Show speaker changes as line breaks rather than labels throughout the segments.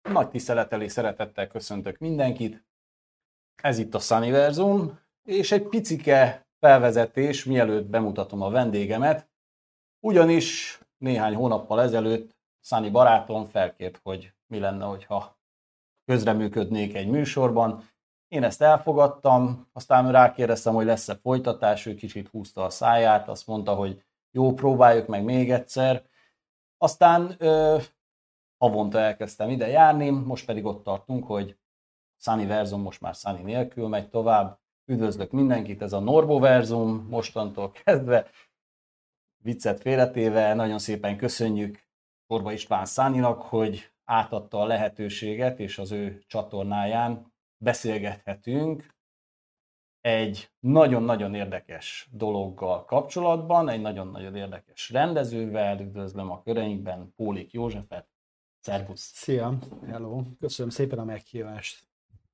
Nagy tisztelettel és szeretettel köszöntök mindenkit. Ez itt a Sunnyverzum, és egy picike felvezetés, mielőtt bemutatom a vendégemet. Ugyanis néhány hónappal ezelőtt Sunny barátom felkért, hogy mi lenne, hogyha közreműködnék egy műsorban. Én ezt elfogadtam, aztán rákérdeztem, hogy lesz-e folytatás, ő kicsit húzta a száját, azt mondta, hogy jó, próbáljuk meg még egyszer. Aztán havonta elkezdtem ide járni, most pedig ott tartunk, hogy Sunnyverzum most már Sunny nélkül megy tovább. Üdvözlök mindenkit, ez a Norboverzum mostantól kezdve. Viccet félretéve, nagyon szépen köszönjük Korba István Sunnynak, hogy átadta a lehetőséget, és az ő csatornáján beszélgethetünk egy nagyon-nagyon érdekes dologgal kapcsolatban, egy nagyon-nagyon érdekes rendezővel. Üdvözlöm a köreinkben Pólik Józsefet. Szervusz!
Szia! Hello! Köszönöm szépen a meghívást!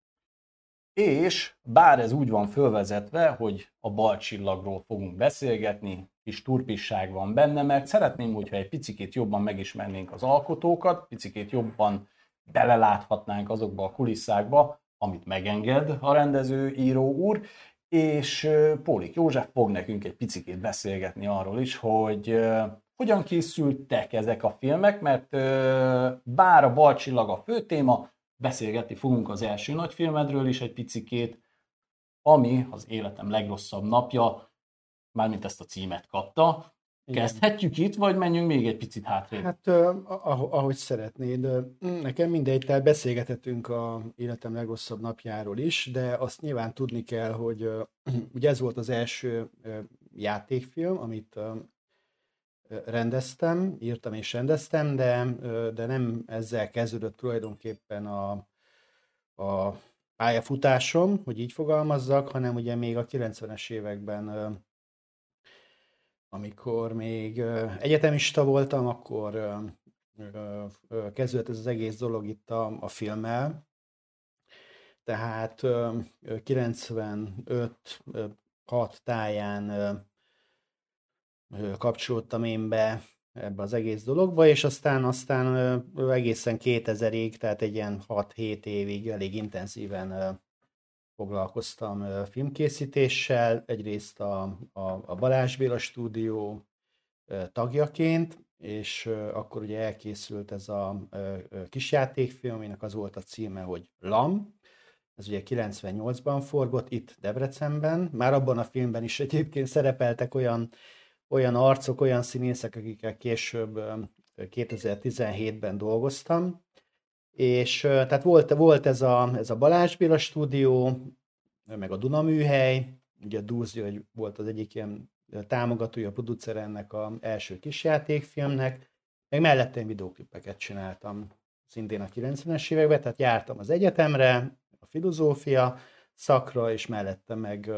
És bár ez úgy van fölvezetve, hogy a Balcsillagról fogunk beszélgetni, kis turpisság van benne, mert szeretném, hogyha egy picikét jobban megismernénk az alkotókat, picikét jobban beleláthatnánk azokba a kulisszákba, amit megenged a rendező, író úr, és Pólik József fog nekünk egy picikét beszélgetni arról is, hogy hogyan készültek ezek a filmek, mert bár a Balcsillag a fő téma, beszélgetni fogunk az első nagyfilmedről is egy picikét, ami az életem legrosszabb napja, mármint ezt a címet kapta. Igen. Kezdhetjük itt, vagy menjünk még egy picit hátrébb?
Hát ahogy szeretnéd. Nekem mindegy, tehát beszélgethetünk a életem legrosszabb napjáról is, de azt nyilván tudni kell, hogy ugye ez volt az első játékfilm, amit rendeztem, írtam és rendeztem, de nem ezzel kezdődött tulajdonképpen a pályafutásom, hogy így fogalmazzak, hanem ugye még a 90-es években, amikor még egyetemista voltam, akkor kezdődött ez az egész dolog itt a filmmel. Tehát 95-6 táján kapcsolódtam én be ebbe az egész dologba, és aztán egészen 2000-ig, tehát egy ilyen 6-7 évig elég intenzíven foglalkoztam filmkészítéssel, egyrészt a Balázs Béla stúdió tagjaként, és akkor ugye elkészült ez a kisjátékfilm, aminek az volt a címe, hogy LAM. Ez ugye 98-ban forgott itt Debrecenben. Már abban a filmben is egyébként szerepeltek olyan arcok, olyan színészek, akikkel később 2017-ben dolgoztam. És tehát volt ez a Balázs Béla stúdió, meg a Duna műhely, ugye a Dúz György volt az egyik ilyen támogatója, producer ennek az első kisjátékfilmnek, meg mellette én videóklipeket csináltam szintén a 90-es években, tehát jártam az egyetemre, a filozófia szakra, és mellette meg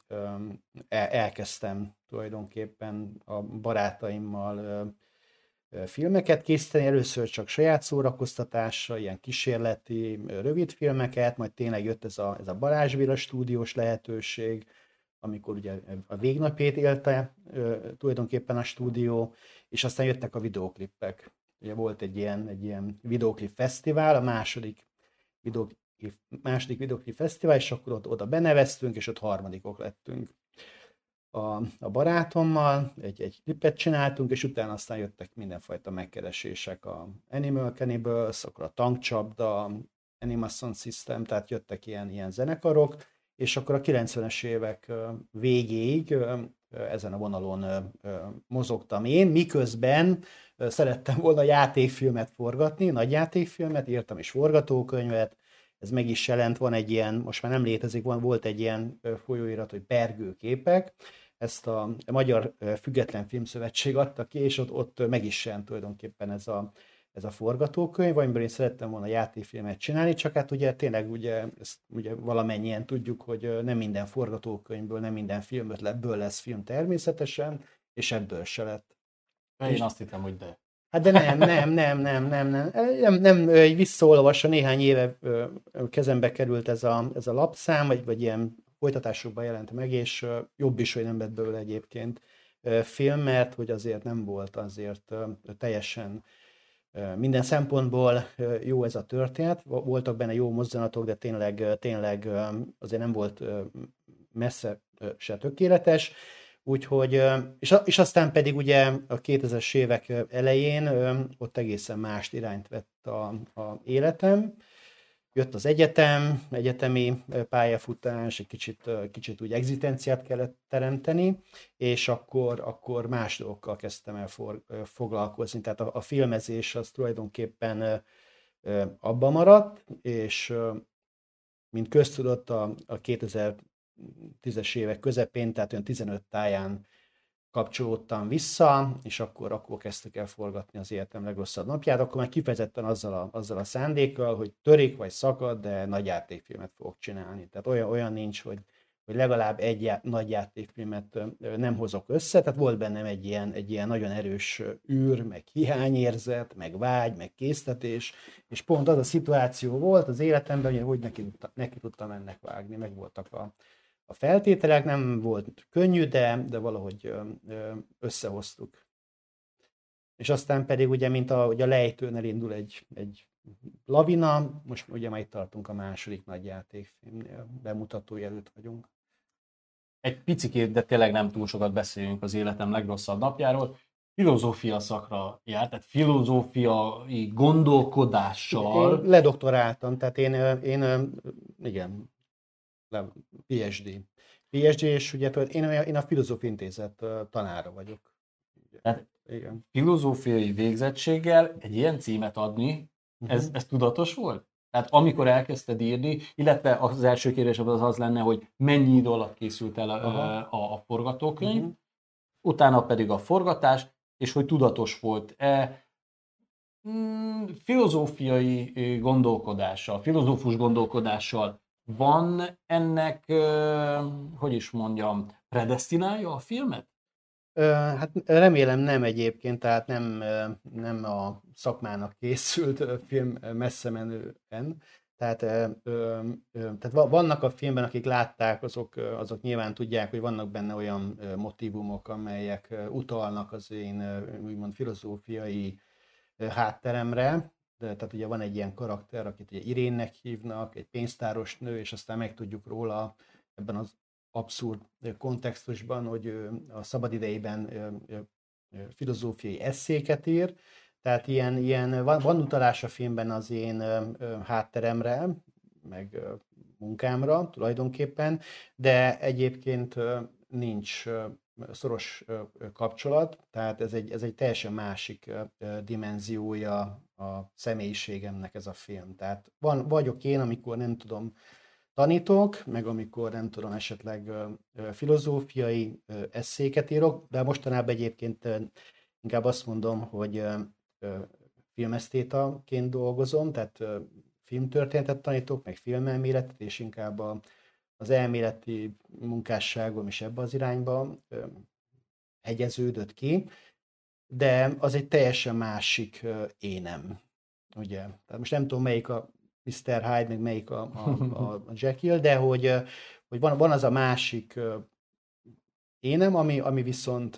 elkezdtem tulajdonképpen a barátaimmal filmeket készíteni, először csak saját szórakoztatásra, ilyen kísérleti, rövid filmeket, majd tényleg jött ez a Balázs Béla stúdiós lehetőség, amikor ugye a végnapjét élte tulajdonképpen a stúdió, és aztán jöttek a videóklipek. Ugye volt egy ilyen videóklip fesztivál, a második videóklip fesztivál, és akkor oda beneveztünk, és ott harmadikok lettünk. A barátommal egy klipet csináltunk, és utána aztán jöttek mindenfajta megkeresések, a Animal Cannibals, akkor a Tankcsapda, Animation System, tehát jöttek ilyen zenekarok, és akkor a 90-es évek végéig ezen a vonalon mozogtam én, miközben szerettem volna játékfilmet forgatni, nagy játékfilmet, írtam is forgatókönyvet, ez meg is jelent, van egy ilyen, most már nem létezik, volt egy ilyen folyóirat, hogy Pergőképek, ezt a Magyar Független Filmszövetség adta ki, és ott meg is jelent tulajdonképpen ez a forgatókönyv, amiből én szerettem volna játékfilmet csinálni, csak hát ugye tényleg ezt ugye valamennyien tudjuk, hogy nem minden forgatókönyvből, nem minden filmötletből lesz film természetesen, és ebből se lett.
Én azt hittem, hogy de.
Hát de nem, visszaolvasva néhány éve kezembe került ez a lapszám, vagy ilyen folytatásokban jelent meg, és jobb is, hogy nem lett belőle egyébként film, mert hogy azért nem volt azért teljesen Minden szempontból jó ez a történet, voltak benne jó mozzanatok, de tényleg azért nem volt messze se tökéletes, úgyhogy, és aztán pedig ugye a 2000-es évek elején ott egészen más irányt vett a életem. Jött az egyetemi pályafutás, egy kicsit úgy egzisztenciát kellett teremteni, és akkor más dolgokkal kezdtem el foglalkozni. Tehát a filmezés az tulajdonképpen abba maradt, és mint köztudott a 2010-es évek közepén, tehát olyan 15 táján kapcsolódtam vissza, és akkor kezdtük el forgatni az életem legrosszabb napját, akkor már kifejezetten azzal a szándékkal, hogy törik vagy szakad, de nagy játékfilmet fogok csinálni. Tehát olyan nincs, hogy legalább egy nagy játékfilmet nem hozok össze, tehát volt bennem egy ilyen nagyon erős űr, meg hiányérzet, meg vágy, meg késztetés, és pont az a szituáció volt az életemben, hogy neki tudtam ennek vágni, meg voltak a feltételek, nem volt könnyű, de valahogy összehoztuk. És aztán pedig ugye, mint a lejtőn indul egy lavina, most ugye már itt tartunk a második nagy játékfilmnél, bemutatói előtt vagyunk.
Egy picikét, de tényleg nem túl sokat beszéljünk az életem legrosszabb napjáról. Filozófia szakra járt, tehát filozófiai gondolkodással.
Én ledoktoráltam, tehát én igen, PhD, és ugye én a Filozófiai Intézet tanára vagyok.
Tehát igen. Filozófiai végzettséggel egy ilyen címet adni, ez tudatos volt? Tehát amikor elkezdted írni, illetve az első kérdés az lenne, hogy mennyi idő alatt készült el a forgatókönyv, utána pedig a forgatás, és hogy tudatos volt-e filozófiai gondolkodással, filozófus gondolkodással van ennek, hogy is mondjam, predesztinálja a filmet?
Hát remélem nem egyébként, tehát nem a szakmának készült film messze menően. Tehát vannak a filmben, akik látták, azok nyilván tudják, hogy vannak benne olyan motívumok, amelyek utalnak az én úgymond filozófiai hátteremre. Tehát ugye van egy ilyen karakter, akit ugye Irénnek hívnak, egy pénztáros nő, és aztán megtudjuk róla ebben az abszurd kontextusban, hogy a szabadidejében filozófiai esszéket ír. Tehát van utalás a filmben az én hátteremre, meg munkámra tulajdonképpen, de egyébként nincs szoros kapcsolat, tehát ez egy teljesen másik dimenziója a személyiségemnek ez a film. Tehát vagyok én, amikor nem tudom, tanítok, meg amikor nem tudom, esetleg filozófiai esszéket írok, de mostanában egyébként inkább azt mondom, hogy filmesztétaként dolgozom, tehát filmtörténetet tanítok, meg filmelméletet, és inkább az elméleti munkásságom is ebbe az irányba hegyeződött ki, de az egy teljesen másik énem, ugye. Tehát most nem tudom, melyik a Mr. Hyde, meg melyik a Jekyll, de hogy van az a másik énem, ami viszont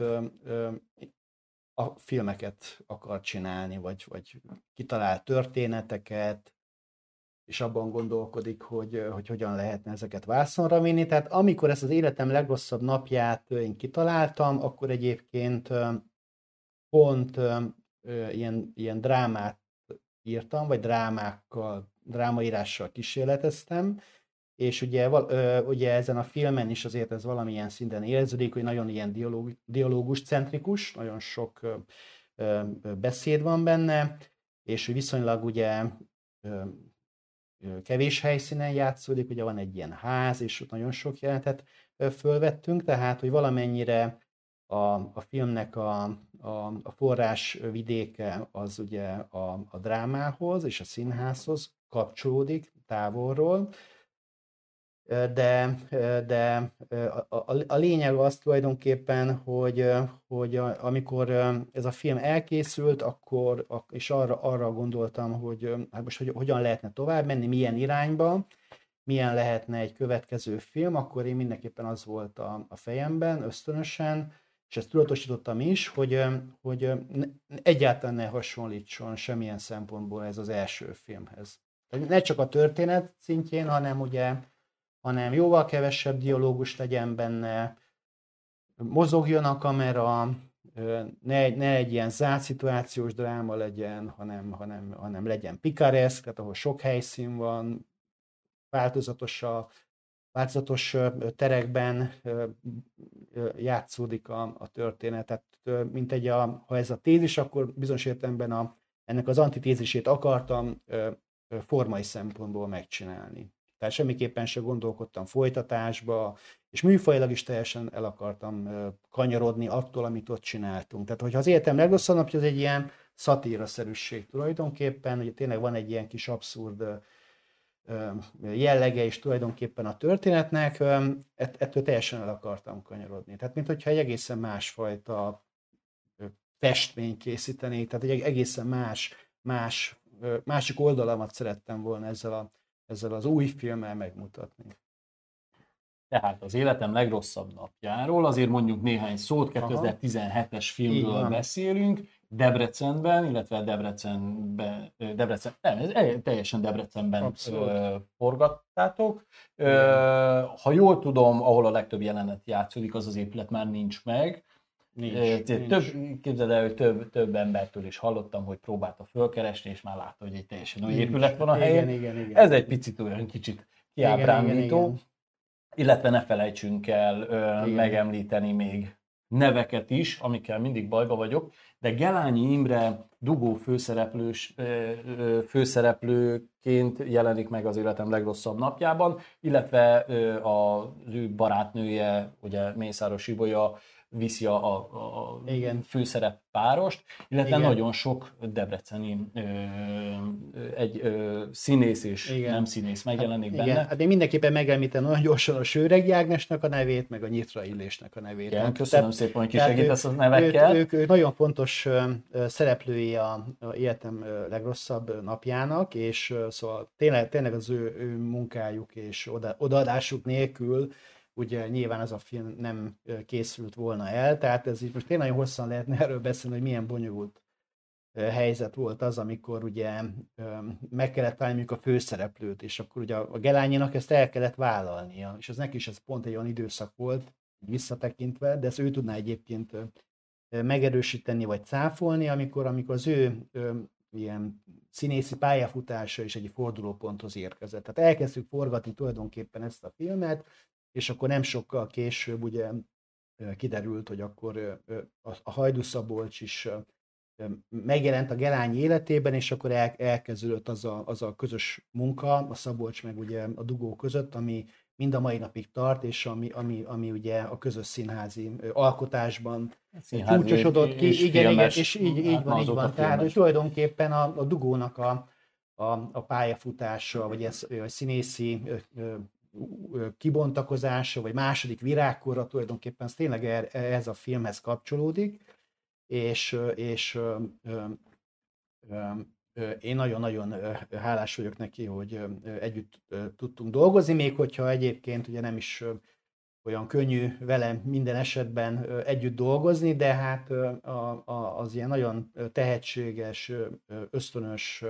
a filmeket akar csinálni, vagy kitalál történeteket, és abban gondolkodik, hogy hogyan lehetne ezeket vászonra vinni. Tehát amikor ezt az életem legrosszabb napját én kitaláltam, akkor egyébként pont ilyen drámát írtam, vagy drámaírással kísérleteztem, és ugye ezen a filmen is azért ez valamilyen szinten érződik, hogy nagyon ilyen dialógus-centrikus, nagyon sok beszéd van benne, és viszonylag ugye kevés helyszínen játszódik, ugye van egy ilyen ház, és ott nagyon sok jelenetet fölvettünk, tehát hogy valamennyire a filmnek a forrás vidéke az ugye a drámához és a színházhoz kapcsolódik távolról, de a lényeg az tulajdonképpen, hogy amikor ez a film elkészült, akkor és arra gondoltam, hogy hát most hogyan lehetne tovább menni, milyen irányba, milyen lehetne egy következő film, akkor én mindenképpen az volt a fejemben, ösztönösen, és ezt tudatosítottam is, hogy egyáltalán ne hasonlítson semmilyen szempontból ez az első filmhez. Ne csak a történet szintjén, hanem jóval kevesebb dialógus legyen benne, mozogjon a kamera, ne egy ilyen zárt szituációs dráma legyen, hanem legyen pikareszk, tehát ahol sok helyszín van, változatos terekben játszódik a történet. Tehát, ha ez a tézis, akkor bizonyos értelemben ennek az antitézisét akartam formai szempontból megcsinálni. Tehát semmiképpen sem gondolkodtam folytatásba, és műfajilag is teljesen el akartam kanyarodni attól, amit ott csináltunk. Tehát, hogyha az életem legrosszabb napja, az egy ilyen szatíraszerűség tulajdonképpen, ugye tényleg van egy ilyen kis abszurd jellege is tulajdonképpen a történetnek, ettől teljesen el akartam kanyarodni. Tehát, mintha egy egészen másfajta festményt készítenék, tehát egy egészen másik oldalamat szerettem volna ezzel az új filmmel megmutatni.
Tehát az életem legrosszabb napjáról, azért mondjuk néhány szót, 2017-es filmről beszélünk, Debrecenben, illetve teljesen Debrecenben forgattátok. Ha jól tudom, ahol a legtöbb jelenet játszódik, az épület már nincs meg. Képzeld el, hogy több embertől is hallottam, hogy próbálta fölkeresni, és már látta, hogy egy teljesen új épület van a helyen.
Igen.
Ez egy picit olyan kicsit kiábrándító. Igen. Illetve ne felejtsünk el megemlíteni még neveket is, amikkel mindig bajba vagyok, de Gelányi Imre dugó főszereplőként jelenik meg az életem legrosszabb napjában, illetve az ő barátnője, ugye Mészáros Ibolya viszi a főszerep párost, illetve nagyon sok debreceni színész és nem színész megjelenik benne.
Hát én mindenképpen megemlítem nagyon gyorsan a Sőregi Ágnesnek a nevét, meg a Nyitra Illésnek a nevét.
Igen, köszönöm szépen, hogy kisegítesz a nevekkel.
Ők nagyon fontos szereplői a életem legrosszabb napjának, és szóval tényleg az ő munkájuk és odaadásuk nélkül ugye nyilván az a film nem készült volna el, tehát ez így most tényleg nagyon hosszan lehetne erről beszélni, hogy milyen bonyolult helyzet volt az, amikor ugye meg kellett találni a főszereplőt, és akkor ugye a Gelányinak ezt el kellett vállalnia, és az neki is ez pont egy olyan időszak volt, visszatekintve, de ezt ő tudná egyébként megerősíteni, vagy cáfolni, amikor az ő ilyen színészi pályafutása is egy fordulóponthoz érkezett. Tehát elkezdtük forgatni tulajdonképpen ezt a filmet, és akkor nem sokkal később ugye kiderült, hogy akkor a Hajdú Szabolcs is megjelent a Gelányi életében, és akkor elkezdődött az a közös munka, a Szabolcs meg ugye a dugó között, ami mind a mai napig tart, és ami ugye a közös színházi alkotásban csúcsosodott ki. Igen, és így van. Tehát tulajdonképpen a dugónak a pályafutása, vagy a színészi kibontakozása, vagy második virágkorra tulajdonképpen ez tényleg ez a filmhez kapcsolódik, és én nagyon-nagyon hálás vagyok neki, hogy együtt tudtunk dolgozni, még hogyha egyébként ugye nem is olyan könnyű velem minden esetben együtt dolgozni, de hát az ilyen nagyon tehetséges, ösztönös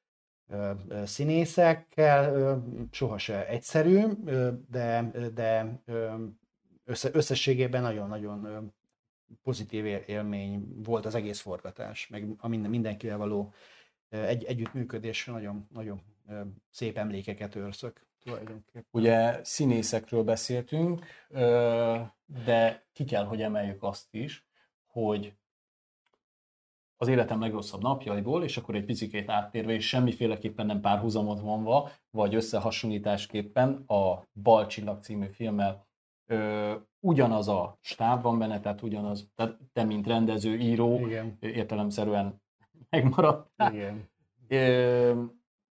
színészekkel sohasem egyszerű, de összességében nagyon-nagyon pozitív élmény volt az egész forgatás, meg a mindenkivel való együttműködésre nagyon szép emlékeket őrzök tulajdonképpen.
Ugye színészekről beszéltünk, de ki kell, hogy emeljük azt is, hogy az életem legrosszabb napjaiból, és akkor egy picikét áttérve, és semmiféleképpen nem párhuzamot vonva, vagy összehasonlításképpen a Bal Csillag című filmmel ugyanaz a stáb van benne, tehát ugyanaz, tehát te, mint rendező, író, igen, értelemszerűen megmaradtál.
Igen.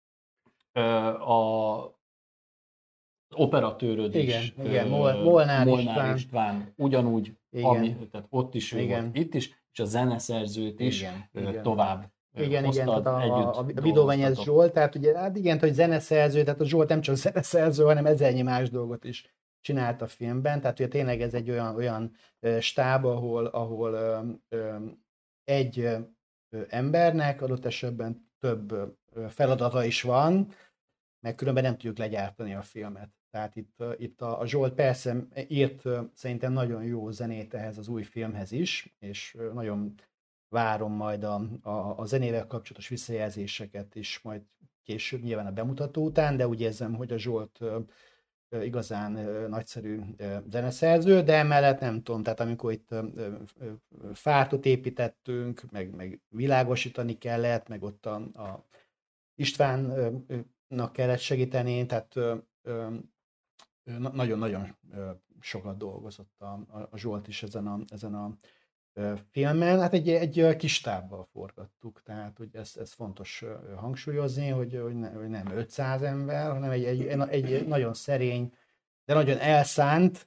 Az operatőröd is,
Molnár István
ugyanúgy, tehát ott is ő volt, itt is, és a zeneszerzőt is tovább
hoztad, a Vidóvenyes Zsolt, tehát ugye, hát igen, hogy zeneszerző, tehát a Zsolt nem csak zeneszerző, hanem ezernyi más dolgot is csinált a filmben, tehát ugye tényleg ez egy olyan stáb, ahol egy embernek adott esetben több feladata is van, mert különben nem tudjuk legyártani a filmet. Tehát itt a Zsolt persze írt szerintem nagyon jó zenét ehhez az új filmhez is, és nagyon várom majd a zenével kapcsolatos visszajelzéseket is majd később, nyilván a bemutató után, de úgy érzem, hogy a Zsolt igazán nagyszerű zeneszerző, de emellett nem tudom, tehát amikor itt fártot építettünk, meg világosítani kellett, meg ott a Istvánnak kellett segíteni, tehát nagyon-nagyon sokat dolgozott a Zsolt is ezen a filmen. Hát egy kis tábbal forgattuk, tehát hogy ez fontos hangsúlyozni, hogy nem 500 ember, hanem egy nagyon szerény, de nagyon elszánt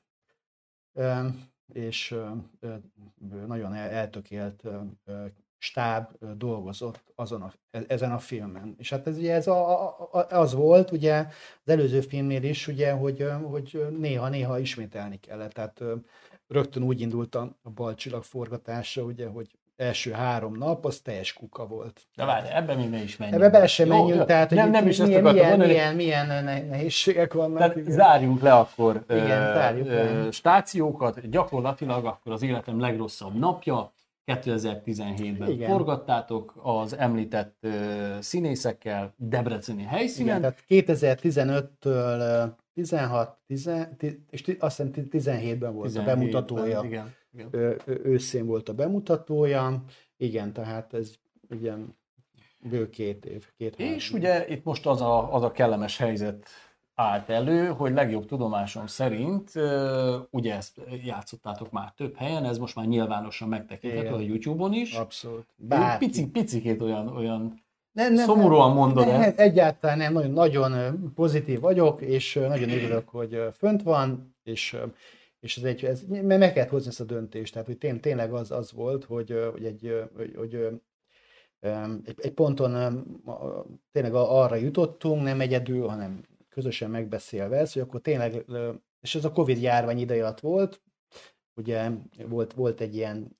és nagyon eltökélt stáb dolgozott ezen a filmen. És hát ez az volt, ugye az előző filmnél is, ugye, hogy néha ismételni kellett. Tehát rögtön úgy indult a Balcsillag forgatása, ugye, hogy első 3 nap, az teljes kuka volt.
De várj, ebben még ne is menjünk.
Ebbe bele sem menjünk, tehát
nem is ezt akartam mondani.
Milyen nehézségek vannak.
Tehát zárjunk le akkor
zárjuk le.
stációkat. Gyakorlatilag akkor az életem legrosszabb napja. 2017-ben forgattátok az említett színészekkel Debreceni helyszínen.
Igen, tehát 2015-től 16, és azt hiszem 17-ben volt a bemutatója.
Igen.
Őszén volt a bemutatója. Igen, tehát ez igen bő 2 év.
És ugye itt most az a kellemes helyzet állt elő, hogy legjobb tudomásom szerint, ugye ezt játszottátok már több helyen, ez most már nyilvánosan megtekinthető a YouTube-on is.
Abszolút.
Picikét olyan szomorúan mondod ezt.
Egyáltalán nem, nagyon pozitív vagyok, és nagyon örülök, hogy fönt van, és meg kellett hozni ezt a döntést. Tehát, hogy tényleg az volt, hogy egy ponton tényleg arra jutottunk, nem egyedül, hanem közösen megbeszélve ezt, hogy akkor tényleg, és ez a Covid járvány ideje alatt volt, ugye volt egy ilyen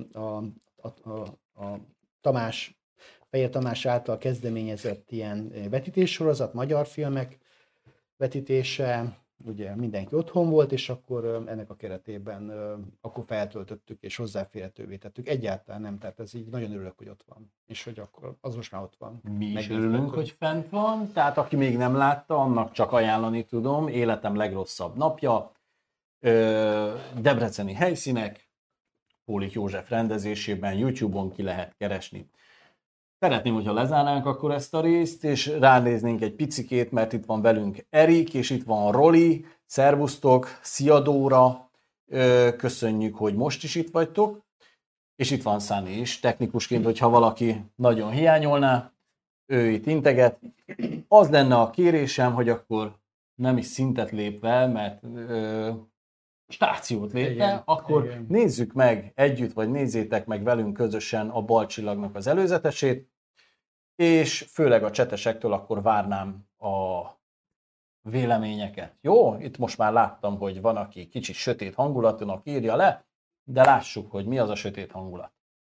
a Fejér Tamás által kezdeményezett ilyen vetítéssorozat, magyar filmek vetítése, ugye mindenki otthon volt, és akkor ennek a keretében akkor feltöltöttük és hozzáférhetővé tettük. Egyáltalán nem, tehát ez így nagyon örülök, hogy ott van, és hogy akkor az most már ott van.
Mi is örülünk, hogy fent van, tehát aki még nem látta, annak csak ajánlani tudom, életem legrosszabb napja, debreceni helyszínek, Pólik József rendezésében, YouTube-on ki lehet keresni. Szeretném, hogyha lezárnánk akkor ezt a részt, és ránéznénk egy picikét, mert itt van velünk Erik, és itt van Roli. Szervusztok, szia Dóra, köszönjük, hogy most is itt vagytok. És itt van Sunny is, technikusként, hogyha valaki nagyon hiányolná, ő itt integet. Az lenne a kérésem, hogy akkor nem is szintet lépve, mert stációt lépve, akkor nézzük meg együtt, vagy nézzétek meg velünk közösen a Balcsillagnak az előzetesét, és főleg a csetesektől akkor várnám a véleményeket. Jó? Itt most már láttam, hogy van, aki kicsit sötét hangulatúnak írja le, de lássuk, hogy mi az a sötét hangulat.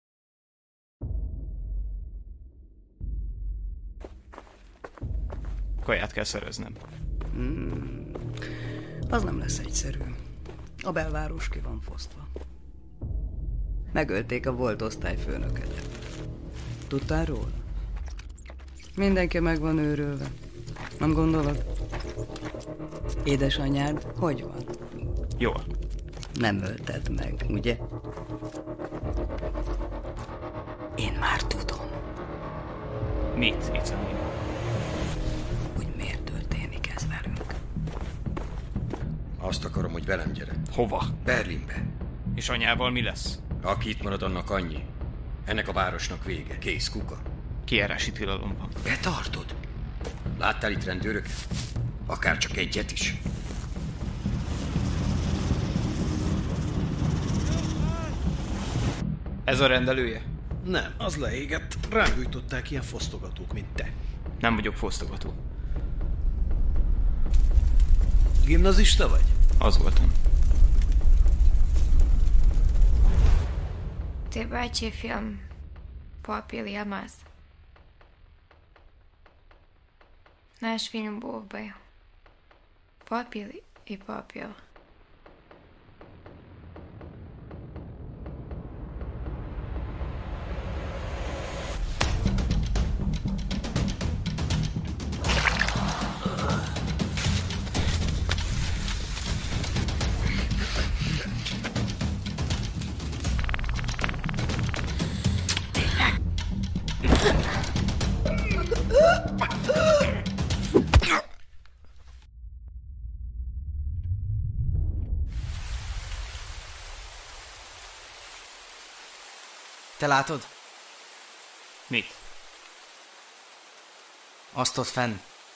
Kaját kell szereznem.
Az nem lesz egyszerű. A belváros ki van fosztva. Megölték a volt osztályfőnökedet. Tudtál róla? Mindenki meg van őrülve. Nem gondolod? Édesanyád hogy van?
Jól.
Nem ölted meg, ugye? Én már tudom.
Mit, Icamino?
Hogy miért történik ez velünk.
Azt akarom, hogy velem gyere.
Hova?
Berlinbe.
És anyával mi lesz?
Aki itt marad, annak annyi. Ennek a városnak vége. Kész, kuka.
Kijárási tilalom van.
Betartod? Láttál itt rendőröket? Akár csak egyet is.
Ez a rendelője?
Nem, az leégett. Rám gyújtották ilyen fosztogatók, mint te.
Nem vagyok fosztogató.
Gimnazista vagy?
Az voltam.
Ty bácsi film Popil Jamaz. Наш фильм був би Попіл і Попіл.
Te látod?
Mit?
Azt ott fenn.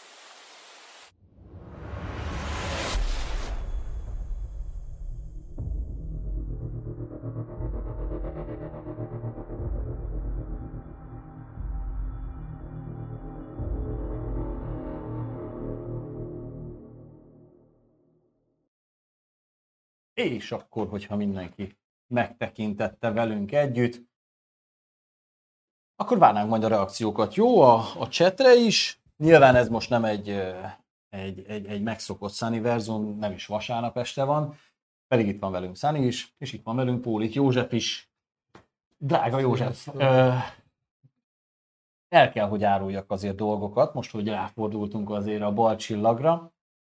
És akkor, hogyha mindenki megtekintette velünk együtt, akkor várnánk majd a reakciókat. Jó, a chatre is. Nyilván ez most nem egy megszokott Sunnyverzum, nem is vasárnap este van, pedig itt van velünk Sunny is, és itt van velünk Pólik József is. Drága József, el kell, hogy áruljak azért dolgokat, most, hogy ráfordultunk azért a bal csillagra.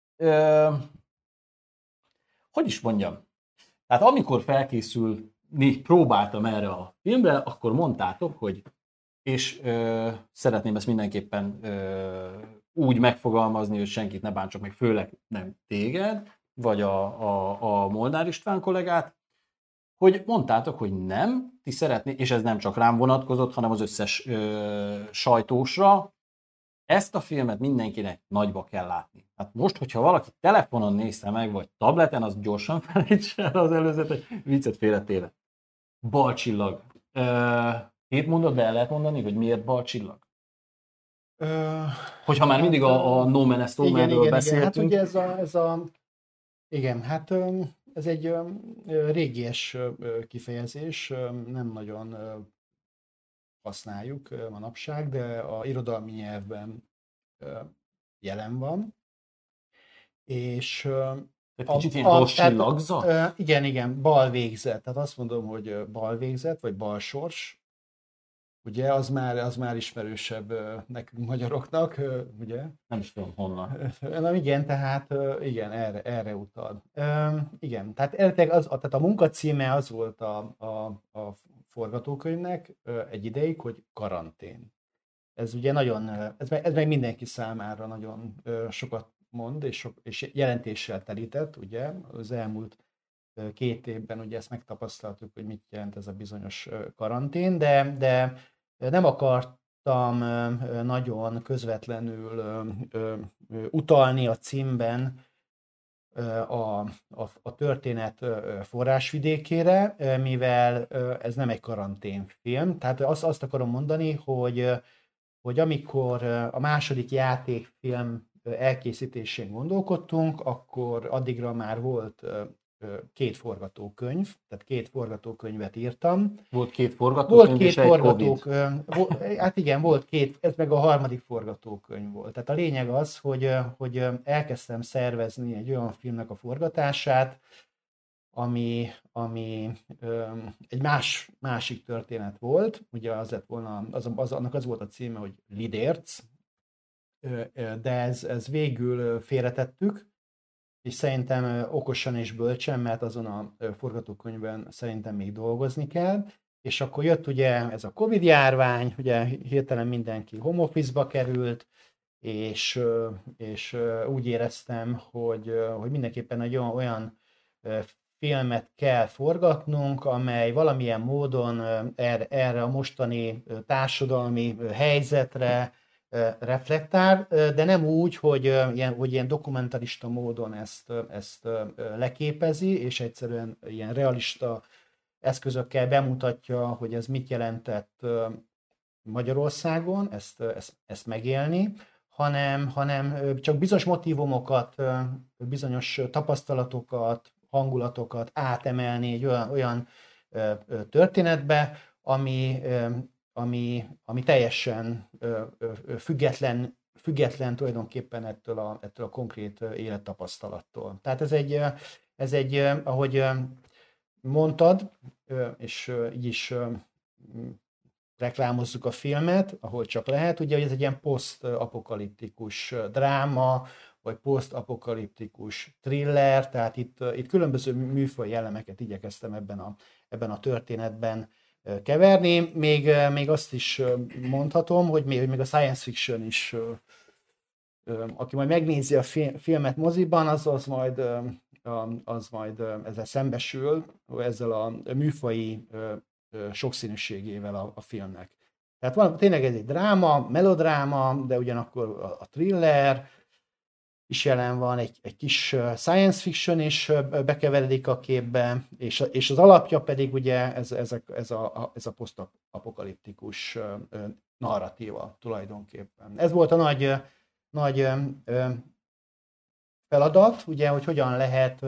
Hogy is mondjam? Tehát amikor felkészülni próbáltam erre a filmre, akkor mondtátok, hogy és szeretném ezt mindenképpen úgy megfogalmazni, hogy senkit ne bántsak meg, főleg nem téged, vagy a Molnár István kollégát, hogy mondtátok, hogy nem, ti szeretné, és ez nem csak rám vonatkozott, hanem az összes sajtósra, ezt a filmet mindenkinek nagyba kell látni. Hát most, hogyha valaki telefonon nézte meg, vagy tableten, az gyorsan felejtse el az előzetes viccet félretéve. Bal csillag. Két mondatban el lehet mondani, hogy miért bal csillag? Hogyha már mindig a No Man is No beszéltünk.
Igen, hát ugye ez egy régies kifejezés, nem nagyon használjuk manapság, de a irodalmi nyelvben jelen van. És
kicsit ilyen rossz csillagzat?
Igen, bal végzet. Tehát azt mondom, hogy bal végzet, vagy bal sors. Ugye, az már ismerősebb nekünk magyaroknak, ugye?
Nem is tudom honnan.
Na igen, tehát igen, erre utal. Igen, tehát a munkacíme az volt a forgatókönyvnek egy ideig, hogy karantén. Ez ugye nagyon, ez meg mindenki számára nagyon sokat mond, és jelentéssel telített, ugye, az elmúlt 2 évben ugye ezt megtapasztaltuk, hogy mit jelent ez a bizonyos karantén, de nem akartam nagyon közvetlenül utalni a címben a történet forrásvidékére, mivel ez nem egy karanténfilm. Tehát azt akarom mondani, hogy amikor a második játékfilm elkészítésén gondolkodtunk, akkor addigra már volt 2 forgatókönyv, tehát 2 forgatókönyvet írtam.
Volt 2 forgatókönyv és egy Covid.
Hát igen, volt 2, ez meg a harmadik forgatókönyv volt. Tehát a lényeg az, hogy elkezdtem szervezni egy olyan filmnek a forgatását, ami egy másik történet volt. Ugye az lett volna, annak az volt a címe, hogy Lidérc, de ez végül félretettük, és szerintem okosan és bölcsen, mert azon a forgatókönyvben szerintem még dolgozni kell, és akkor jött ugye ez a Covid járvány, ugye hirtelen mindenki home office-ba került, és úgy éreztem, hogy mindenképpen egy olyan filmet kell forgatnunk, amely valamilyen módon erre a mostani társadalmi helyzetre reflektál, de nem úgy, hogy ilyen dokumentarista módon ezt leképezi, és egyszerűen ilyen realista eszközökkel bemutatja, hogy ez mit jelentett Magyarországon, ezt megélni, hanem csak bizonyos motívumokat, bizonyos tapasztalatokat, hangulatokat átemelni egy olyan történetbe, ami teljesen független tulajdonképpen ettől a konkrét élettapasztalattól. Tehát ez egy ahogy mondtad, és így is reklámozzuk a filmet, ahol csak lehet, ugye, hogy ez egy ilyen posztapokaliptikus dráma, vagy posztapokaliptikus thriller, tehát itt különböző műfaj elemeket igyekeztem ebben a történetben keverni. Még azt is mondhatom, hogy még a science fiction is, aki majd megnézi a filmet moziban, az majd ezzel szembesül, ezzel a műfaji sokszínűségével a filmnek. Tehát tényleg ez egy dráma, melodráma, de ugyanakkor a thriller is jelen van, egy kis science fiction is bekeveredik a képbe, és az alapja pedig ugye ez a posztapokaliptikus narratíva tulajdonképpen. Ez volt a nagy feladat, ugye, hogy hogyan lehet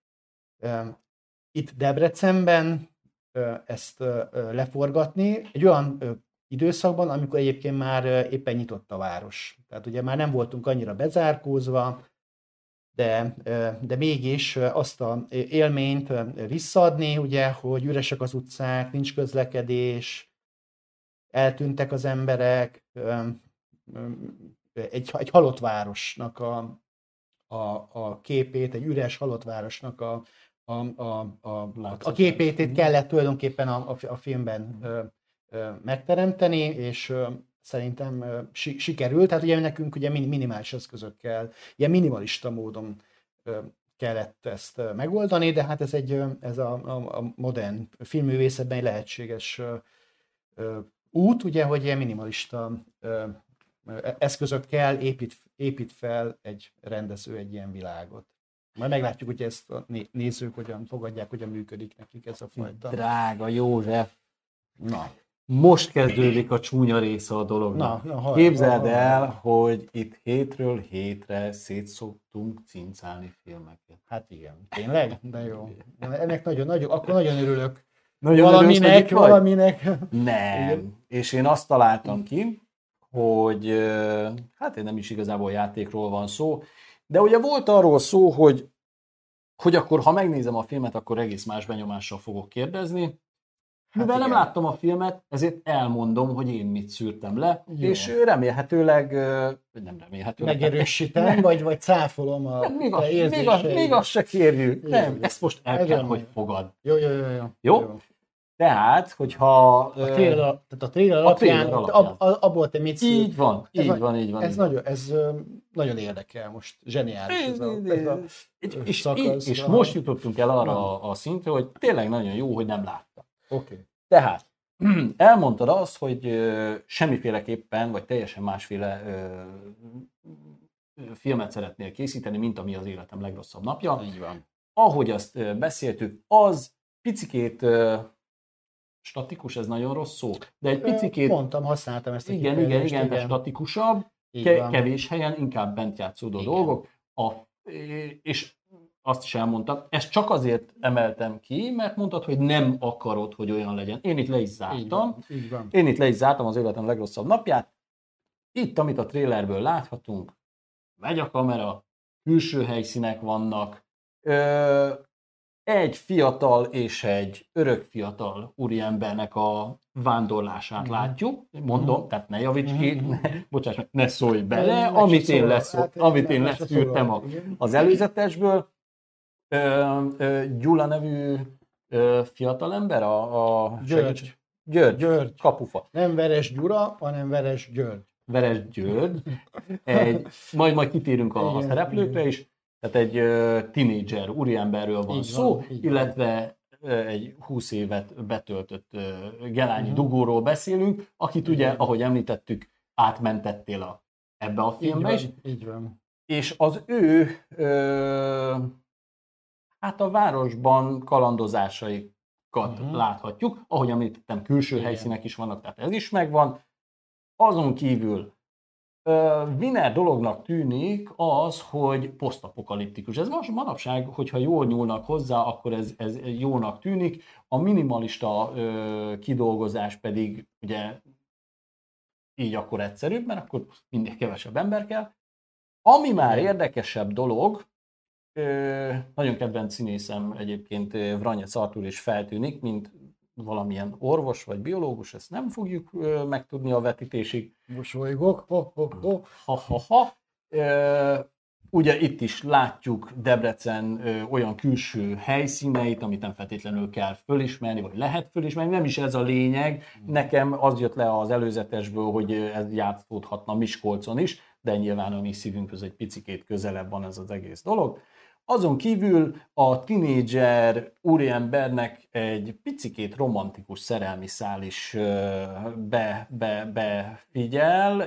itt Debrecenben ezt leforgatni, egy olyan időszakban, amikor egyébként már éppen nyitott a város. Tehát ugye már nem voltunk annyira bezárkózva, de mégis azt az élményt visszaadni, ugye, hogy üresek az utcák, nincs közlekedés, eltűntek az emberek, egy halott városnak a képét, egy üres halott városnak a képét kellett tulajdonképpen a filmben megteremteni, és szerintem sikerült. Tehát ugye nekünk ugye minimális eszközökkel, ilyen minimalista módon kellett ezt megoldani, de hát ez a modern filmművészetben egy lehetséges út, ugye, hogy ilyen minimalista eszközökkel épít fel egy rendező egy ilyen világot. Majd meglátjuk, hogy ezt a nézők hogyan fogadják, hogyan működik nekik ez a fajta.
Drága József!
Na.
Most kezdődik a csúnya része a dolognak. Képzeld el, hogy itt hétről hétre szétszoktunk cincálni filmeket.
Hát igen, tényleg? De jó. Ennek akkor nagyon örülök.
Nagyon
valaminek.
Nem. Igen. És én azt találtam ki, hogy hát én nem is igazából játékról van szó, de ugye volt arról szó, hogy akkor ha megnézem a filmet, akkor egész más benyomással fogok kérdezni. Mivel nem láttam a filmet, ezért elmondom, hogy én mit szűrtem le, jó. És remélhetőleg, nem remélhetőleg.
Megerősítem, vagy cáfolom a érzéseit.
Még azt se kérjük. Nem, ezt most el kell, hogy fogad.
Jó?
Tehát, hogyha...
A trailer alapján, abból te mit szűrt.
Így van.
Ez nagyon érdekel most, zseniális ez a szakasz.
És most jutottunk el arra a szintre, hogy tényleg nagyon jó, hogy nem láttam.
Okay.
Tehát elmondtad azt, hogy semmiféleképpen, vagy teljesen másféle filmet szeretnél készíteni, mint ami az életem legrosszabb napja.
Így van.
Ahogy azt beszéltük, az picikét statikus, ez nagyon rossz szó, de egy picikét...
Mondtam, használtam ezt a
kifejezést. Igen, de statikusabb, kevés helyen, inkább bent játszódó dolgok, és azt is elmondtam, ezt csak azért emeltem ki, mert mondtad, hogy nem akarod, hogy olyan legyen. Én itt le is zártam.
Így van.
Én itt le is zártam az életem legrosszabb napját. Itt, amit a trailerből láthatunk, megy a kamera, külső helyszínek vannak, egy fiatal és egy örök fiatal úriembernek a vándorlását látjuk. Mondom, tehát ne javíts ki, bocsáss meg, ne szólj bele, amit én leszűrtem az előzetesből. Gyula nevű fiatalember, György, kapufa.
Nem Veres Gyura, hanem Veres György.
Veres György. Majd kitérünk a szereplőkre is. Tehát egy tinédzser úriemberről van szó, illetve egy 20 évet betöltött gelányi dugóról beszélünk, akit ugye, ahogy említettük, átmentettél ebbe a filmbe is.
Így van.
És az ő hát a városban kalandozásaikat láthatjuk, ahogy említettem, külső helyszínek is vannak, tehát ez is megvan. Azon kívül Winner dolognak tűnik az, hogy posztapokaliptikus. Ez most manapság, hogyha jól nyúlnak hozzá, akkor ez jónak tűnik. A minimalista kidolgozás pedig ugye így akkor egyszerűbb, mert akkor mindig kevesebb ember kell. Ami már érdekesebb dolog, nagyon kedvenc színészem egyébként Vranyec Artúr is feltűnik, mint valamilyen orvos vagy biológus, ezt nem fogjuk megtudni a vetítésig.
Mosolygok,
Ha. Ugye itt is látjuk Debrecen olyan külső helyszíneit, amit nem feltétlenül kell fölismerni, vagy lehet fölismerni, nem is ez a lényeg. Nekem az jött le az előzetesből, hogy ez játszódhatna Miskolcon is, de nyilván a mi szívünkhöz egy picikét közelebb van ez az egész dolog. Azon kívül a tinédzser úriembernek egy picikét romantikus szerelmi szál is befigyel.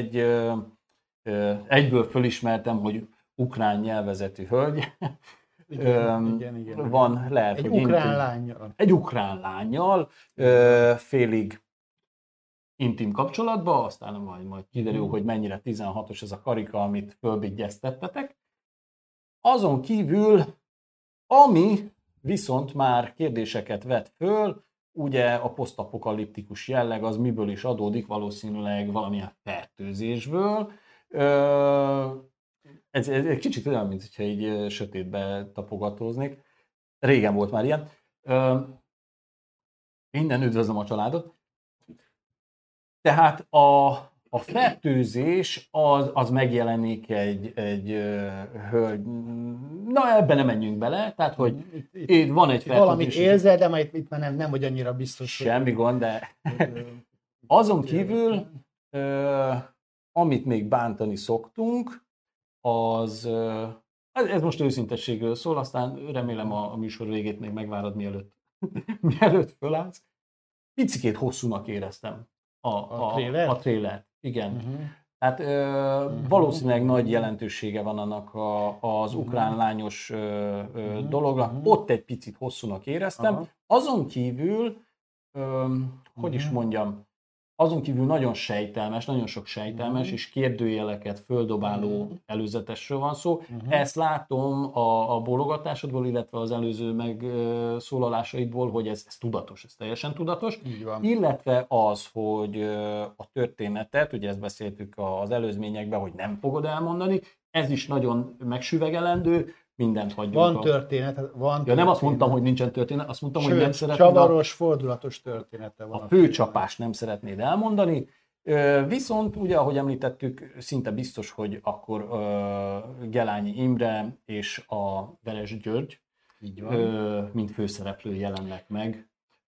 Egyből fölismertem, hogy ukrán nyelvezetű hölgy.
Igen.
Van, lehet,
egy
hogy
ukrán lánnyal.
Egy ukrán lánnyal, félig intim kapcsolatban, aztán majd kiderül, hogy mennyire 16-os ez a karika, amit fölbigyeztettetek. Azon kívül, ami viszont már kérdéseket vet föl, ugye a posztapokaliptikus jelleg az miből is adódik, valószínűleg valamilyen fertőzésből. Ez egy kicsit olyan, mint hogyha így sötétbe tapogatóznék. Régen volt már ilyen. Innen üdvözlöm a családot. Tehát a fertőzés az megjelenik egy hölgy. Na, ebben nem menjünk bele, tehát hogy itt van egy fertőzés.
Valamit érzel, de majd itt már nem vagy annyira biztos.
Semmi gond, de azon kívül, amit még bántani szoktunk, az, ez most őszintességről szól, aztán remélem a műsor végét még megvárod, mielőtt fölállsz. Picikét hosszúnak éreztem a trélert. Igen. Hát valószínűleg nagy jelentősége van annak az ukrán lányos dolognak. Ott egy picit hosszúnak éreztem. Azon kívül, hogy is mondjam, azon kívül nagyon sejtelmes, nagyon sok sejtelmes és kérdőjeleket földobáló előzetesről van szó. Ezt látom a bólogatásodból, illetve az előző megszólalásaidból, hogy ez tudatos, ez teljesen tudatos. Illetve az, hogy a történetet, ugye ezt beszéltük az előzményekben, hogy nem fogod elmondani, ez is nagyon megsüvegelendő, mindent hagyjuk.
Van történet.
Ja, nem azt mondtam, hogy nincsen történet, azt mondtam, hogy nem szeretnéd.
Csavaros, fordulatos története van.
A főcsapást nem szeretnéd elmondani, viszont ugye, ahogy említettük, szinte biztos, hogy akkor Gelányi Imre és a Veres György, mint főszereplő jelennek meg.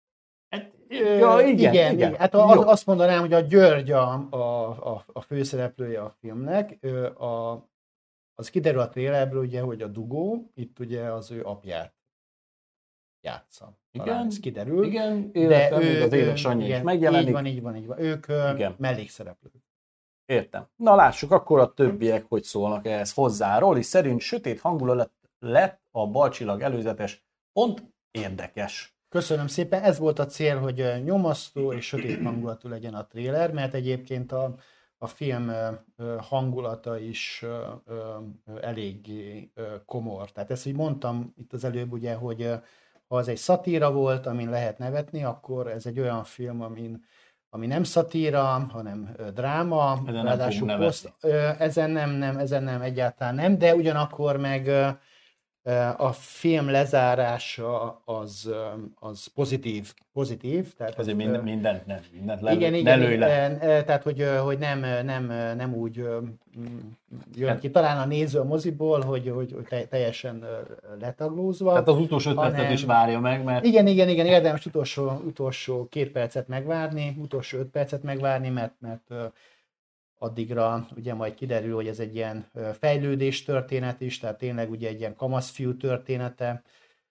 Igen.
Hát azt mondanám, hogy a György a főszereplője a filmnek. Az kiderül a trailerből, ugye, hogy a dugó itt ugye az ő apját játsza.
Igen,
ez kiderül.
Igen, de az édesanyja is megjelenik.
Így van. Ők mellékszereplők.
Értem. Na lássuk akkor a többiek, hogy szólnak ehhez hozzá. Rolli szerint sötét hangulat lett a Balcsillag előzetes, pont érdekes.
Köszönöm szépen. Ez volt a cél, hogy nyomasztó és sötét hangulatú legyen a trailer, mert egyébként a film hangulata is eléggé komor. Tehát ezt így mondtam itt az előbb, ugye, hogy ha az egy szatíra volt, amin lehet nevetni, akkor ez egy olyan film, ami nem szatíra, hanem dráma. Ezen nem, egyáltalán nem, de ugyanakkor meg a film lezárása az pozitív. Tehát
azért mindent
lelőj le. Tehát, hogy nem úgy jön ki talán a néző a moziból, hogy teljesen letaglózva.
Tehát az utolsó 5 percet is várja meg, mert...
Igen, érdemes utolsó 2 percet megvárni, utolsó 5 percet megvárni, mert addigra ugye majd kiderül, hogy ez egy ilyen fejlődés történet is, tehát tényleg ugye egy ilyen kamaszfiú története,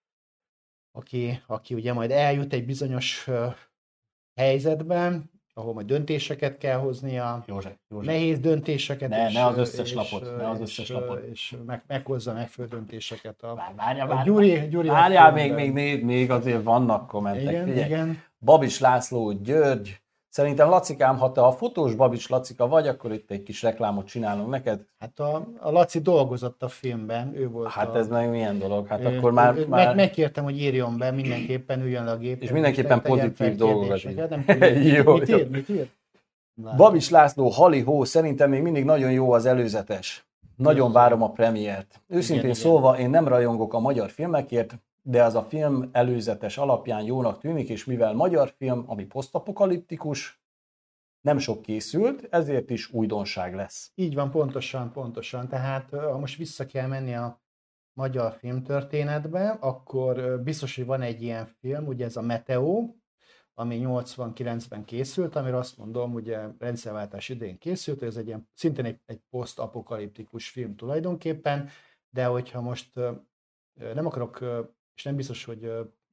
aki ugye majd eljut egy bizonyos helyzetben, ahol majd döntéseket kell hoznia,
József.
nehéz döntéseket.
Ne az összes lapot.
És meghozza megfelelő döntéseket.
Várjál, még azért vannak kommentek.
Igen.
Babis László György Szerintem, Lacikám, ha te a fotós Babics Lacika vagy, akkor itt egy kis reklámot csinálunk neked.
Hát a Laci dolgozott a filmben, ő volt
Hát ez meg milyen dolog? Hát
ő,
akkor már...
megkértem, hogy írjon be, mindenképpen üljön le a gépre.
És mindenképpen
tegyen fel
pozitív dolgokat
kérdéseket.
ír.
Nem tudom,
Jó,
mit
jó.
ír? Mit ír?
Babics László, Halihó, szerintem még mindig nagyon jó az előzetes. Nagyon várom a premiért. Őszintén
Igen.
szólva, én nem rajongok a magyar filmekért, de az a film előzetes alapján jónak tűnik, és mivel magyar film, ami posztapokaliptikus, nem sok készült, ezért is újdonság lesz.
Így van, pontosan. Tehát ha most vissza kell menni a magyar filmtörténetbe, akkor biztos, hogy van egy ilyen film, ugye ez a Meteó, ami 89-ben készült, amire azt mondom, ugye rendszerváltás idején készült, ez egy ilyen, szintén egy posztapokaliptikus film tulajdonképpen, de hogyha most nem akarok, és nem biztos, hogy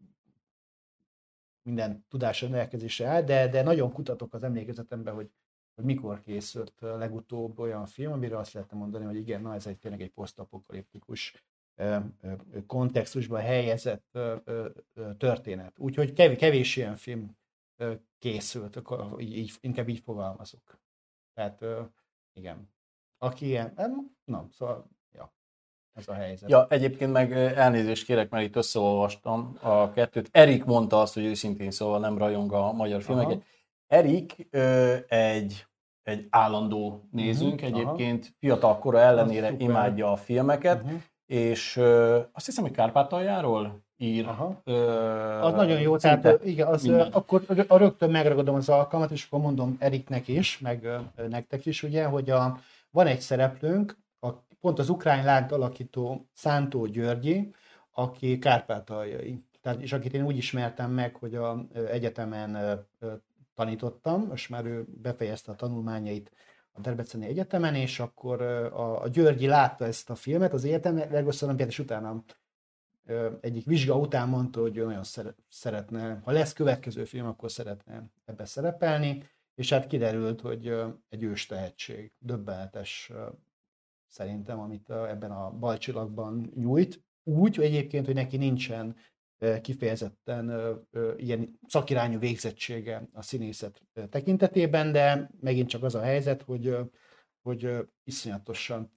minden tudás rendelkezésre áll, de nagyon kutatok az emlékezetemben, hogy mikor készült legutóbb olyan film, amire azt lehetne mondani, hogy igen, na ez tényleg egy posztapokaliptikus kontextusban helyezett történet. Úgyhogy kevés ilyen film készült, inkább így fogalmazok. Tehát igen. Aki ilyen, szóval, ja, ez a helyzet.
Ja, egyébként meg elnézést kérek, mert itt összeolvastam a kettőt. Erik mondta azt, hogy őszintén szóval nem rajong a magyar filmeket. Erik egy állandó nézőnk, egyébként fiatal kora ellenére imádja a filmeket, és azt hiszem, hogy Kárpátaljáról ír.
Az nagyon jó, tehát igen, akkor rögtön megragadom az alkalmat, és akkor mondom Eriknek is, meg nektek is, ugye, hogy van egy szereplőnk, pont az ukrán lányt alakító Szántó Györgyi, aki kárpátaljai. Tehát, és akit én úgy ismertem meg, hogy az egyetemen tanítottam, most már ő befejezte a tanulmányait a Debreceni Egyetemen, és akkor a Györgyi látta ezt a filmet az egyetem legosztalampiát, és utána egyik vizsga után mondta, hogy ő nagyon szeretne, ha lesz következő film, akkor szeretne ebbe szerepelni, és hát kiderült, hogy egy ős tehetség, döbbenetes szerintem, amit ebben a Balcsilagban nyújt. Úgy egyébként, hogy neki nincsen kifejezetten ilyen szakirányú végzettsége a színészet tekintetében, de megint csak az a helyzet, hogy iszonyatosan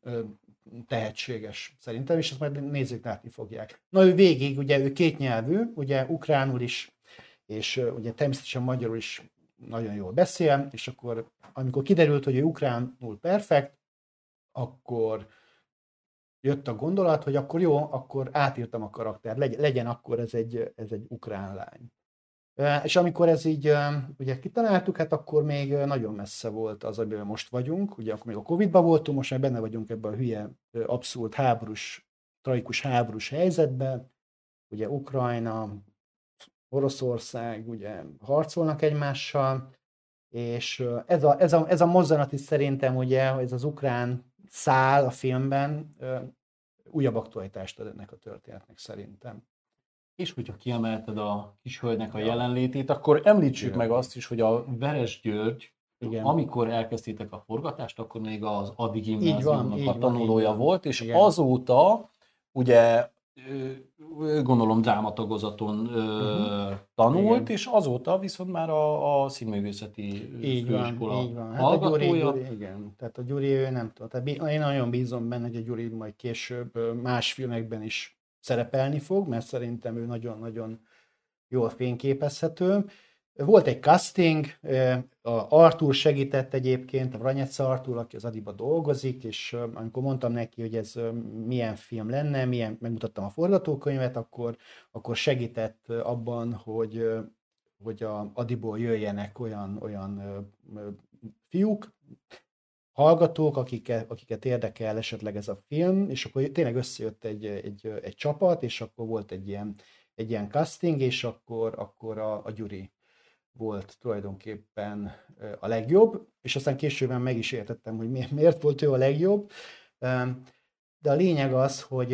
tehetséges szerintem, és ezt majd nézzük, látni fogják. Na ő végig, ugye ő kétnyelvű, ugye ukránul is, és ugye természetesen magyarul is nagyon jól beszél, és akkor amikor kiderült, hogy ő ukránul perfekt, akkor jött a gondolat, hogy akkor jó, akkor átírtam a karaktert, legyen akkor ez egy ukrán lány. És amikor ez így ugye kitaláltuk, hát akkor még nagyon messze volt az, amiben most vagyunk, ugye akkor még a Covid-ban voltunk, most már benne vagyunk ebben a hülye, abszurd tragikus háborús helyzetben, ugye Ukrajna, Oroszország ugye harcolnak egymással, és ez a mozzanat is szerintem ugye, ez az ukrán szál a filmben újabb aktualitást ad ennek a történetnek szerintem.
És hogyha kiemelted a kishölgynek a jelenlétét, akkor említsük meg azt is, hogy a Veres György, amikor elkezdtétek a forgatást, akkor még az Adi Gimnáziumnak a tanulója volt, és azóta ugye gondolom drámatagozaton tanult, és azóta viszont már a színművészeti főiskola hallgatója.
Igen, tehát a Gyuri, ő nem tudom, tehát én nagyon bízom benne, hogy a Gyuri majd később más filmekben is szerepelni fog, mert szerintem ő nagyon-nagyon jól fényképezhető. Volt egy casting, Artúr segített egyébként, a Vranyetsz Artúr, aki az Adiba dolgozik, és amikor mondtam neki, hogy ez milyen film lenne, megmutattam a forgatókönyvet, akkor segített abban, hogy a Adiból jöjjenek olyan fiúk, hallgatók, akiket érdekel esetleg ez a film, és akkor tényleg összejött egy csapat, és akkor volt egy ilyen casting, és akkor a Gyuri volt tulajdonképpen a legjobb, és aztán később meg is értettem, hogy miért volt ő a legjobb. De a lényeg az, hogy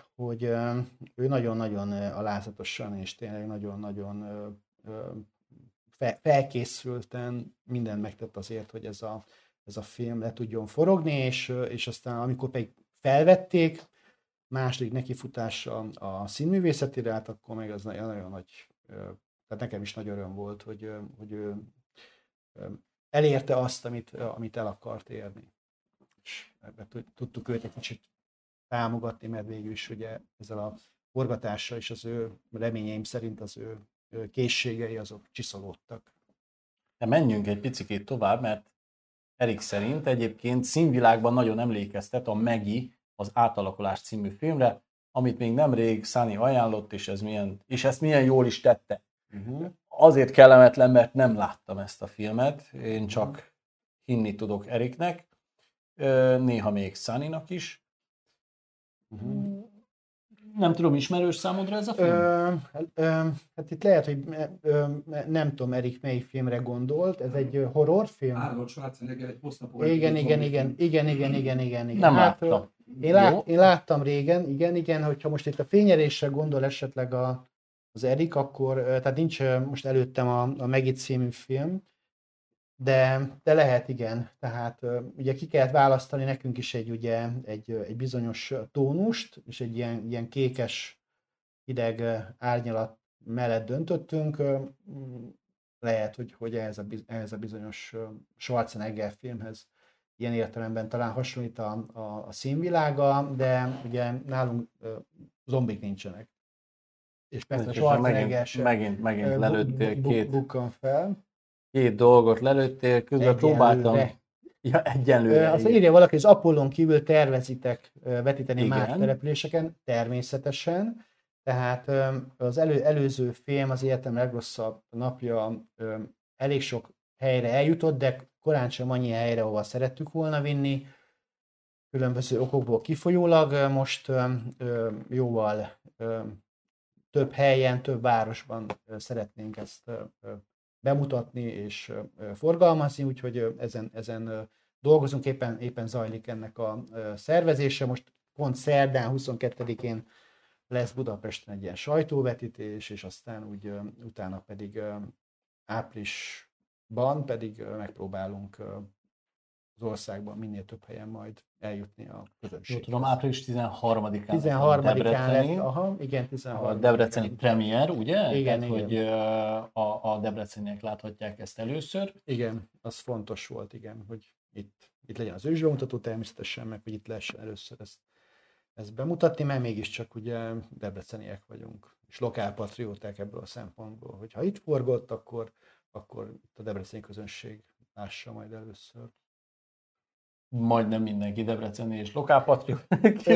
ő nagyon-nagyon alázatosan és tényleg nagyon-nagyon felkészülten mindent megtett azért, hogy ez a film le tudjon forogni, és aztán amikor pedig felvették, második nekifutása a színművészetére, hát akkor meg az nagyon nagy, tehát nekem is nagy öröm volt, hogy ő elérte azt, amit el akart érni. És ebben tudtuk őt egy kicsit támogatni, mert végül is ugye ezzel a forgatással és az ő reményeim szerint az ő készségei azok csiszolódtak.
De menjünk egy picit tovább, mert Erik szerint egyébként színvilágban nagyon emlékeztet a Maggie, az Átalakulás című filmre, amit még nemrég Sunny ajánlott, és ezt milyen jól is tette. Azért kellemetlen, mert nem láttam ezt a filmet, én csak hinni tudok Eriknek, néha még Sunnynak is. Nem tudom, ismerős számodra ez a film?
Hát itt lehet, hogy nem tudom, Erik melyik filmre gondolt. Ez egy horrorfilm?
Arnold Schwarzenegger egy posztnapolitikai
Igen.
Nem láttam.
Én láttam régen, igen, hogyha most itt a fényerésre gondol esetleg az Erik, akkor, tehát nincs most előttem a Maggie című film, de lehet, igen. Tehát ugye ki kellett választani nekünk is egy bizonyos tónust, és egy ilyen kékes hideg árnyalat mellett döntöttünk. Lehet, hogy ehhez a bizonyos Schwarzenegger filmhez ilyen értelemben talán hasonlít a színvilága, de ugye nálunk zombik nincsenek. És persze a Schwarzenegger
megint lelőttél
bukkan fel.
Két dolgot lelőttél, közben próbáltam. Ja, egyenlőre.
Azt írja valaki, az Apollon kívül tervezitek vetíteni
Igen.
más településeken? Természetesen. Tehát az előző film, az életem legrosszabb napja elég sok helyre eljutott, de korán sem annyi helyre, ahova szerettük volna vinni. Különböző okokból kifolyólag most jóval több helyen, több városban szeretnénk ezt bemutatni és forgalmazni, úgyhogy ezen dolgozunk, éppen zajlik ennek a szervezése. Most pont szerdán 22-én lesz Budapesten egy ilyen sajtóvetítés, és aztán úgy utána pedig áprilisban pedig megpróbálunk az országban minél több helyen majd eljutni a közönséghez.
Tudom, április 13-án.
13-án lesz, aha, igen, 13-án.
A debreceni premier, ugye?
Igen,
Tehát,
igen.
hogy a debreceniek láthatják ezt először.
Igen, az fontos volt, igen, hogy itt legyen az ősbemutató természetesen, meg hogy itt lehessen először ezt bemutatni, mert mégiscsak ugye debreceniek vagyunk, és lokálpatrióták ebből a szempontból, hogy ha itt forgott, akkor itt a debreceni közönség lássa majd először.
Majdnem mindenki debreceni és lokálpatriót.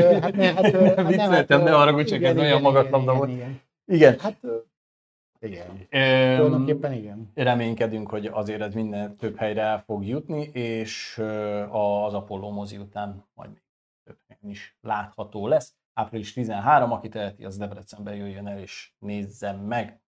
Vicceltem,
ne haragudj, csak ez olyan magatlabda volt. Igen.
Hát igen. Tulajdonképpen igen.
Reménykedünk, hogy azért ez minden több helyre el fog jutni, és az Apollo mozi után majd még több helyen is látható lesz. Április 13, aki teheti, az Debrecenbe jöjjön el és nézzem meg.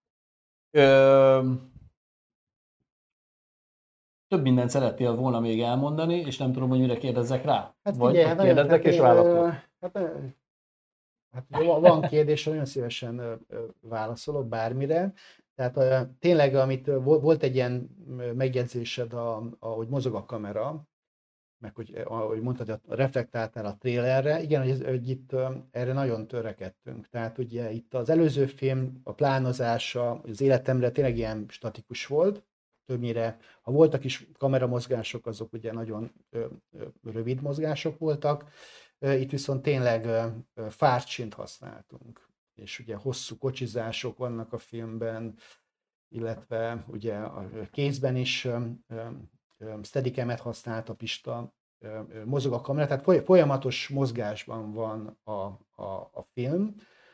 Több mindent szerettél volna még elmondani, és nem tudom, hogy mire kérdezzek rá.
Hát
vagy
figyelj,
kérdezzek és válaszolok.
Hát van kérdés, nagyon szívesen válaszolok bármire. Tehát tényleg, amit volt egy ilyen megjegyzésed, ahogy mozog a kamera, meg hogy, ahogy mondtad, reflektáltál a trailerre, igen, hogy itt erre nagyon törekedtünk. Tehát ugye itt az előző film, a plánozása, az életemre tényleg ilyen statikus volt, többnyire, ha voltak is kameramozgások, azok ugye nagyon rövid mozgások voltak, itt viszont tényleg fárcsint használtunk, és ugye hosszú kocsizások vannak a filmben, illetve ugye a kézben is steadicam-et használt a Pista, mozog a kamera, tehát folyamatos mozgásban van a film,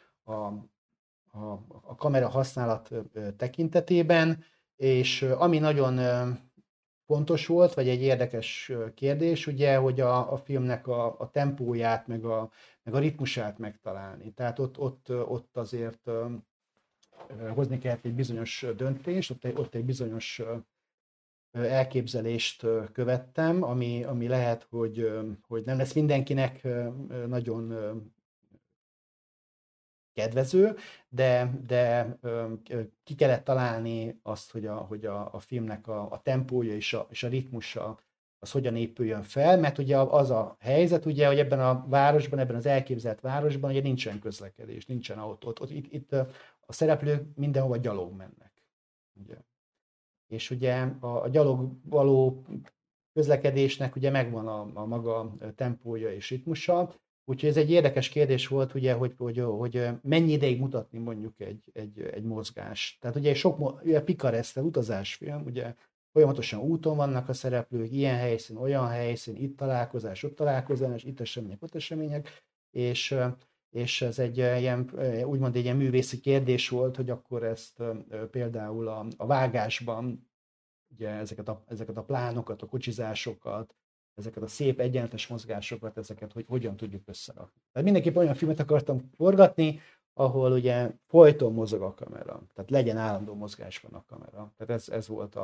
a kamera használat tekintetében, és ami nagyon fontos volt, vagy egy érdekes kérdés, ugye, hogy a filmnek a tempóját, meg a ritmusát megtalálni. Tehát ott azért hozni kellett egy bizonyos döntést, ott egy bizonyos elképzelést követtem, ami lehet, hogy nem lesz mindenkinek nagyon kedvező, de ki kellett találni azt, hogy a filmnek a tempója és a ritmusa az hogyan épüljön fel, mert ugye az a helyzet, ugye, hogy ebben a városban, ebben az elképzelt városban ugye nincsen közlekedés, nincsen autó. Itt a szereplők mindenhova gyalog mennek. Ugye. és ugye a gyalog való közlekedésnek ugye megvan a maga tempója és ritmusa, úgyhogy ez egy érdekes kérdés volt, ugye, hogy mennyi ideig mutatni mondjuk egy mozgást. Tehát ugye ugye picareszt, utazásfilm, ugye folyamatosan úton vannak a szereplők, ilyen helyszín, olyan helyszín, itt találkozás, ott találkozás, itt események, ott események, és ez egy ilyen, úgymond egy ilyen művészi kérdés volt, hogy akkor ezt például a vágásban, ugye ezeket a plánokat, a kocsizásokat, ezeket a szép egyenletes mozgásokat, ezeket hogy hogyan tudjuk összerakni. Tehát mindenképp olyan filmet akartam forgatni, ahol ugye folyton mozog a kamera, tehát legyen állandó mozgásban a kamera. Tehát ez volt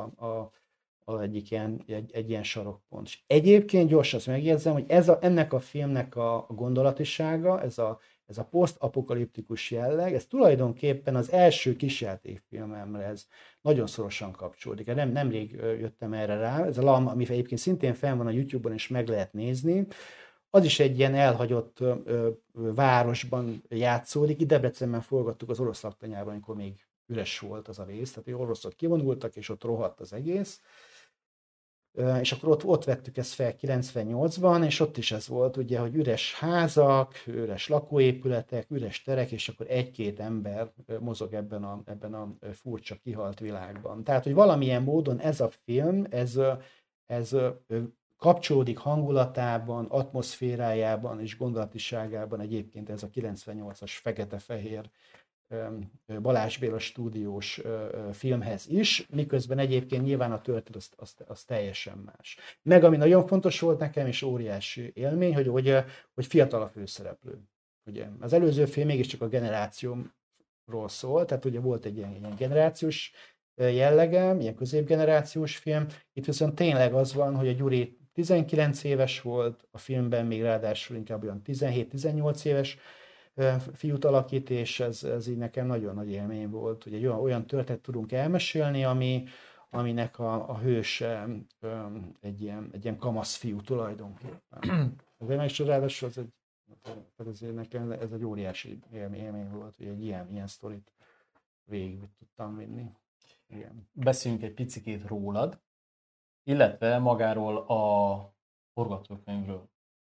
egy ilyen sarokpont. És egyébként gyorsan azt megjegyzem, hogy ennek a filmnek a gondolatisága, ez a posztapokaliptikus jelleg, ez tulajdonképpen az első kisjátékfilmemhez nagyon szorosan kapcsolódik. Nemrég jöttem erre rá, ez a LAM, ami egyébként szintén fenn van a YouTube-on, és meg lehet nézni, az is egy ilyen elhagyott városban játszódik. Itt Debrecenben forgattuk az orosz laktanyában, amikor még üres volt az a rész, tehát oroszok kivonultak, és ott rohadt az egész. És akkor ott vettük ezt fel 98-ban, és ott is ez volt, ugye, hogy üres házak, üres lakóépületek, üres terek, és akkor egy-két ember mozog ebben a furcsa, kihalt világban. Tehát, hogy valamilyen módon ez a film, ez kapcsolódik hangulatában, atmoszférájában és gondolatiságában egyébként ez a 98-as fekete-fehér Balázs Béla stúdiós filmhez is, miközben egyébként nyilván a történet az teljesen más. Meg ami nagyon fontos volt nekem, és óriási élmény, hogy fiatal a főszereplő. Ugye, az előző film mégiscsak a generációról szól, tehát ugye volt egy ilyen generációs jellege, ilyen középgenerációs film. Itt viszont tényleg az van, hogy a Gyuri 19 éves volt, a filmben még ráadásul inkább olyan 17-18 éves fiút alakít, és ez így nekem nagyon nagy élmény volt, hogy egy olyan történet tudunk elmesélni, aminek a hőse egy ilyen kamasz fiú tulajdonképpen. Ezért meg is ráadásul nekem ez egy óriási élmény volt, hogy egy ilyen sztorit végig tudtam vinni. Igen.
Beszéljünk egy picikét rólad, illetve magáról a forgatókönyvről.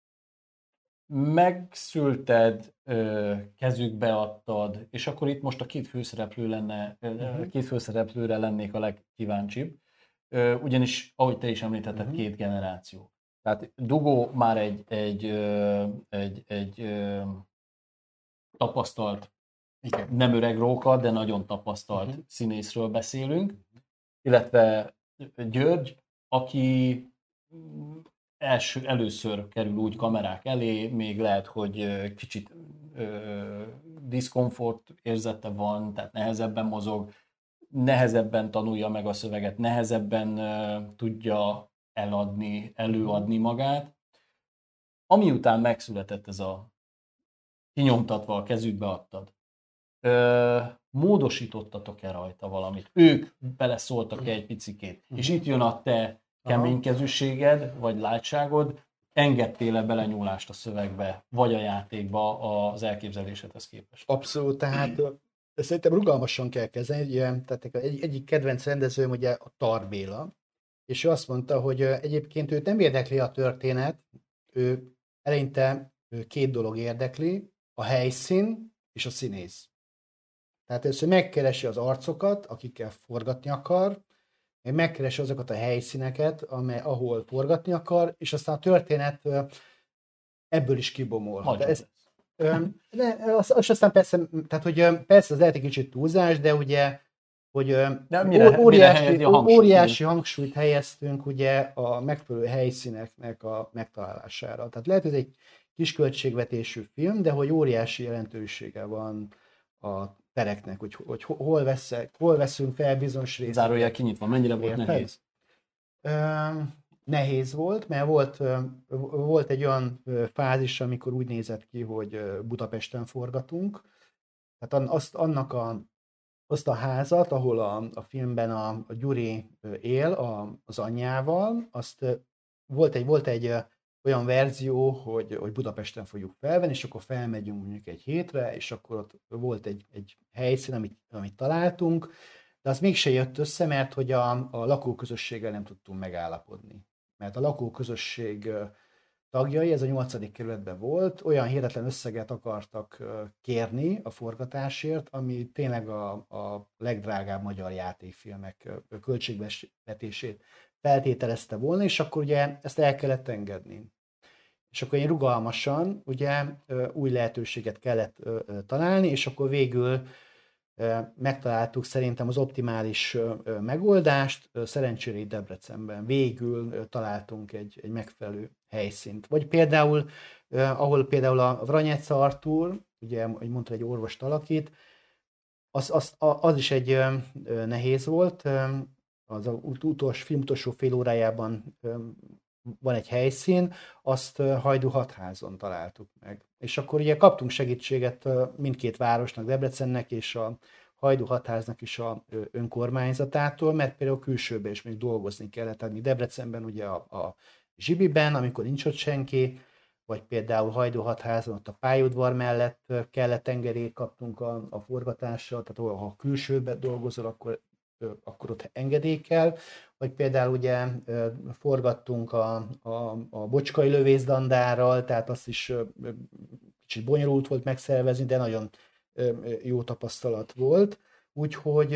Megszülted, kezükbe adtad, és akkor itt most a két főszereplőre lennék a legkíváncsibb, ugyanis, ahogy te is említetted, két generáció. Tehát Dugó már egy tapasztalt, nem öreg róka, de nagyon tapasztalt színészről beszélünk, illetve György, aki először kerül úgy kamerák elé, még lehet, hogy kicsit diszkomfort érzete van, tehát nehezebben mozog, nehezebben tanulja meg a szöveget, nehezebben tudja előadni magát. Ami után megszületett ez a kinyomtatva, a kezükbe adtad, módosítottatok-e rajta valamit? Ők beleszóltak-e egy picikét? És itt jön a te keménykezűséged, vagy látságod, engedtél-e belenyúlást a szövegbe, vagy a játékba az elképzelésedhez képest?
Abszolút, tehát szerintem rugalmasan kell kezelni. Tehát egyik kedvenc rendezőm ugye a Tar Béla, és ő azt mondta, hogy egyébként őt nem érdekli a történet, ő eleinte két dolog érdekli, a helyszín és a színész. Tehát először megkeresi az arcokat, akikkel forgatni akar, megkeresi azokat a helyszíneket, ahol forgatni akar, és aztán a történet ebből is kibomol. És aztán persze, tehát, hogy persze az lehet egy kicsit túlzás, de ugye, hogy óriási hangsúlyt helyeztünk ugye a megfelelő helyszíneknek a megtalálására. Tehát lehet, hogy ez egy kis költségvetésű film, de hogy óriási jelentősége van a tereknek, hogy hol veszünk fel bizonyos részeket.
Zárójel kinyitva, mennyire volt nehéz?
Nehéz volt, mert volt egy olyan fázis, amikor úgy nézett ki, hogy Budapesten forgatunk. Tehát azt a házat, ahol a filmben a Gyuri él az anyjával, azt volt egy olyan verzió, hogy Budapesten fogjuk felvenni, és akkor felmegyünk mondjuk egy hétre, és akkor ott volt egy helyszín, amit találtunk, de az mégse jött össze, mert hogy a lakóközösséggel nem tudtunk megállapodni. Mert a lakóközösség tagjai, ez a 8. kerületben volt, olyan hihetetlen összeget akartak kérni a forgatásért, ami tényleg a legdrágább magyar játékfilmek költségvetését feltételezte volna, és akkor ugye ezt el kellett engedni. És akkor én rugalmasan ugye új lehetőséget kellett találni, és akkor végül megtaláltuk szerintem az optimális megoldást, szerencsére itt Debrecenben. Végül találtunk egy megfelelő helyszínt. Vagy például, ahol például a Vranyeca Artúr, ugye, hogy mondta, egy orvost alakít, az is egy nehéz volt. Az film utolsó fél órájában van egy helyszín, azt Hajdú Hatházon találtuk meg. És akkor ugye kaptunk segítséget mindkét városnak, Debrecennek és a Hajdú Hatháznak is a önkormányzatától, mert például külsőben is még dolgozni kellett. Tehát mi Debrecenben ugye a Zsibiben, amikor nincs ott senki, vagy például Hajdú Hatházon, ott a pályaudvar mellett kellett engedélyt kaptunk a forgatásra, tehát ha külsőben dolgozol, akkor ott engedély kell, vagy például ugye forgattunk a Bocskai Lövészdandárral, tehát azt is kicsit bonyolult volt megszervezni, de nagyon jó tapasztalat volt. Úgyhogy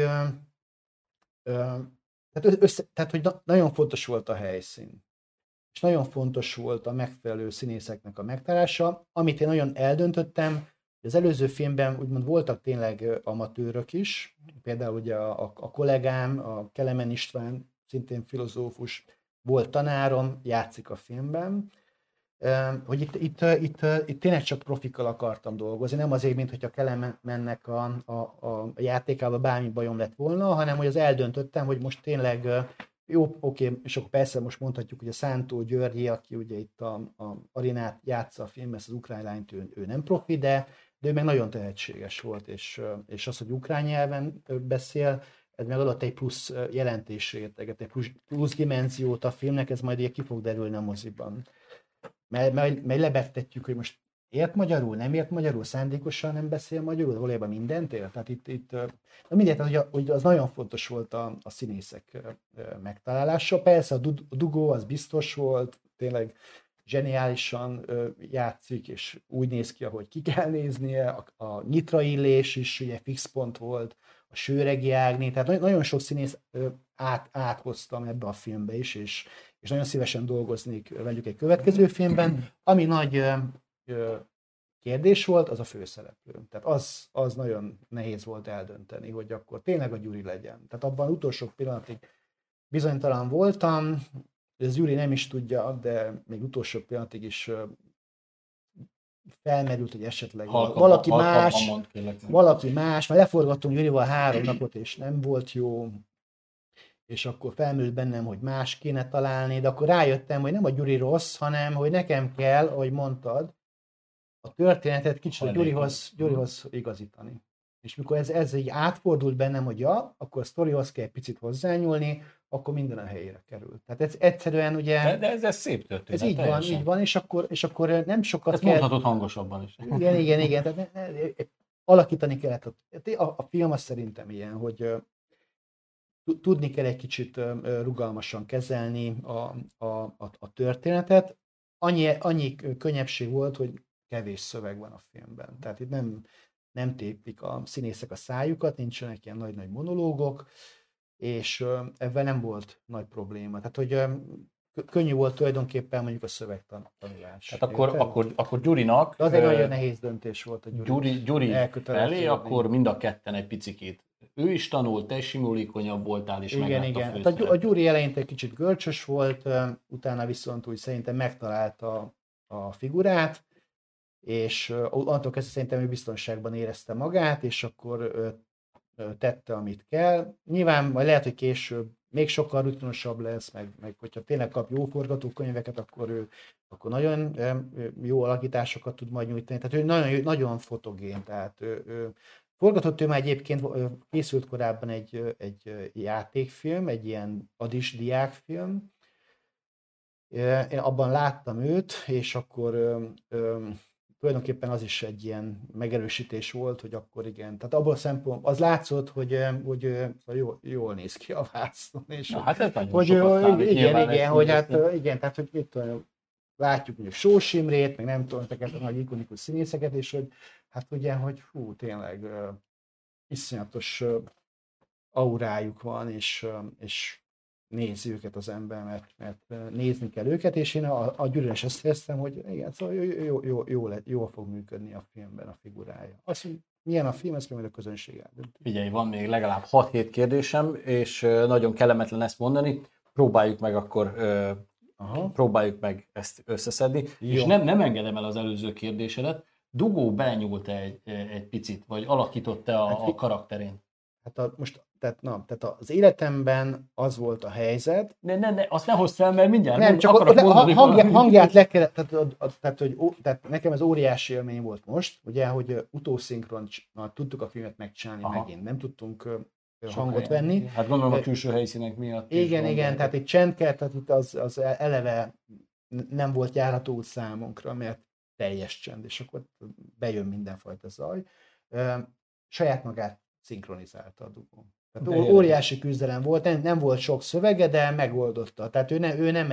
tehát hogy nagyon fontos volt a helyszín. És nagyon fontos volt a megfelelő színészeknek a megtalálása, amit én nagyon eldöntöttem. Az előző filmben úgymond voltak tényleg amatőrök is, például ugye a kollégám, a Kelemen István, szintén filozófus, volt tanárom, játszik a filmben, hogy itt tényleg csak profikkal akartam dolgozni, nem azért, mint hogy a Kelemennek a játékával bármi bajom lett volna, hanem hogy az eldöntöttem, hogy most tényleg jó, oké, és akkor persze most mondhatjuk, hogy a Szántó Györgyi, aki ugye itt a Arinát játsza a filmben, ezt az ukrán lányt, ő nem profi, de ő meg nagyon tehetséges volt, és az, hogy ukrán nyelven beszél, ez meg adott egy plusz jelentésréteget, egy plusz dimenziót a filmnek, ez majd ugye ki fog derülni a moziban. Mert lebegtetjük, hogy most ért magyarul, nem ért magyarul, szándékosan nem beszél magyarul, valójában mindent ért. Tehát itt mindent, hogy az nagyon fontos volt a színészek megtalálása. Persze a dugó az biztos volt, tényleg zseniálisan játszik, és úgy néz ki, ahogy ki kell néznie. A Nyitra Illés is ugye fix pont volt, a Sőregi Ágné, tehát nagyon sok színész áthoztam ebbe a filmbe is, és nagyon szívesen dolgoznék velük egy következő filmben. Ami nagy kérdés volt, az a főszereplő. Tehát az nagyon nehéz volt eldönteni, hogy akkor tényleg a Gyuri legyen. Tehát abban utolsó pillanatig bizonytalan voltam, ez Gyuri nem is tudja, de még utolsó pillanatig is felmerült, hogy esetleg valaki más, mert leforgattunk Gyurival 3 napot, és nem volt jó, és akkor felmerült bennem, hogy más kéne találni, de akkor rájöttem, hogy nem a Gyuri rossz, hanem hogy nekem kell, ahogy mondtad, a történetet kicsit a Gyurihoz igazítani. És mikor ez így átfordult bennem, hogy ja, akkor a sztorihoz kell egy picit hozzányúlni, akkor minden a helyére kerül. Tehát ez egyszerűen ugye...
De ez szép történet.
Ez így van, és akkor nem sokat
ezt kell... Ezt mondhatod hangosabban is.
Igen. Tehát alakítani kellett. A film az szerintem ilyen, hogy tudni kell egy kicsit rugalmasan kezelni a történetet. Annyi könnyebbség volt, hogy kevés szöveg van a filmben. Tehát itt nem tépik a színészek a szájukat, nincsenek ilyen nagy-nagy monológok, és ebben nem volt nagy probléma. Tehát, hogy könnyű volt tulajdonképpen mondjuk a szövegtanulás.
Hát akkor Gyurinak...
De az egy nagyon nehéz döntés volt a
Gyuri felé, akkor mind a ketten egy picikét. Ő is tanult, te is simulékonyabb voltál, és
igen. Hát a Gyuri eleinte egy kicsit görcsös volt, utána viszont úgy szerintem megtalálta a figurát, és attól kezdve szerintem ő biztonságban érezte magát, és akkor tette, amit kell. Nyilván majd lehet, hogy később még sokkal rutinosabb lesz, meg hogyha tényleg kap jó forgatókönyveket, akkor nagyon jó alakításokat tud majd nyújtani. Tehát ő nagyon, nagyon fotogén, tehát forgatott ő már egyébként, készült korábban egy játékfilm, egy ilyen adis diákfilm. Én abban láttam őt, és akkor tulajdonképpen az is egy ilyen megerősítés volt, hogy akkor igen. Tehát abból a szempontból az látszott, hogy jól néz ki a vászon. És
hát ez nagyon
hogy
sokat számít,
igen, hogy hát igen, tehát hogy mit tudom, látjuk mondjuk Sós Imrét, meg nem tudom, ezeket a nagy ikonikus színészeket, és hogy hát ugye, hogy fú, tényleg iszonyatos aurájuk van, és nézi őket az ember, mert nézni kell őket, és én a Gyűrűn is ezt éreztem, hogy igen, szóval jól fog működni a filmben a figurája. Az, hogy milyen a film, ezt majd a közönség eldönti.
Figyelj, van még legalább 6-7 kérdésem, és nagyon kellemetlen ezt mondani. Próbáljuk meg akkor próbáljuk meg ezt összeszedni. Jó. És nem engedem el az előző kérdésedet. Dugó belenyúlt egy picit, vagy alakított-e a karakterén?
Hát tehát az életemben az volt a helyzet.
Ne, azt ne hozd fel, mert mindjárt
nem csak
akarok
hangját le kellett, tehát nekem ez óriási élmény volt most, ugye, hogy utószinkron tudtuk a filmet megcsinálni megint, nem tudtunk hangot venni.
Hát gondolom a külső helyszínek miatt.
Igen, tehát egy csend kell, tehát itt az eleve nem volt járható számunkra, mert teljes csend, és akkor bejön mindenfajta zaj. Saját magát szinkronizálta a Dugó. Tehát óriási küzdelem volt, nem volt sok szövege, de megoldotta. Tehát ő nem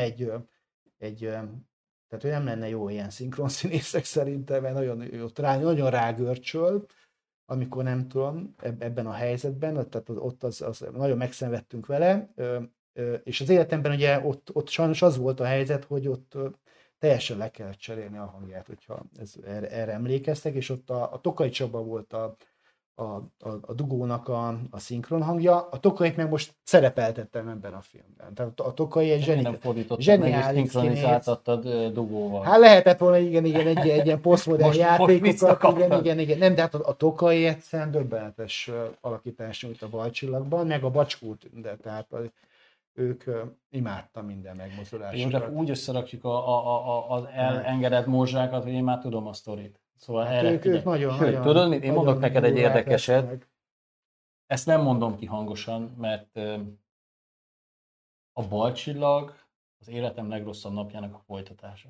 tehát ő nem lenne jó ilyen szinkronszínészek szerintem, mert nagyon rágörcsöl, amikor nem tudom, ebben a helyzetben, tehát ott az nagyon megszenvedtünk vele, és az életemben ugye ott sajnos az volt a helyzet, hogy ott teljesen le kellett cserélni a hangját, hogyha erre emlékeztek, és ott a Tokay Csaba volt a Dugónak a szinkron hangja, a Tokayt meg most szerepeltettem ebben a filmben. Tehát a Tokay egy zseniális
szinkronizáltattad Dugóval.
Hát lehetett volna igen, egy ilyen posztmodern játékokat, igen. Nem, de hát a Tokay egyszerűen döbbenetes alakítás nyújt a Bajcsillagban, meg a Bacskót, de tehát ők imádtam minden megmozdulásukat.
Jó, de úgy összerakjuk az elengedett morzsákat, hogy én már tudom a sztorit. Szóval
hát ők nagyon,
tudod mit? Én mondok neked egy érdekeset. Ezt nem mondom ki hangosan, mert a Balcsillag az életem legrosszabb napjának a folytatása.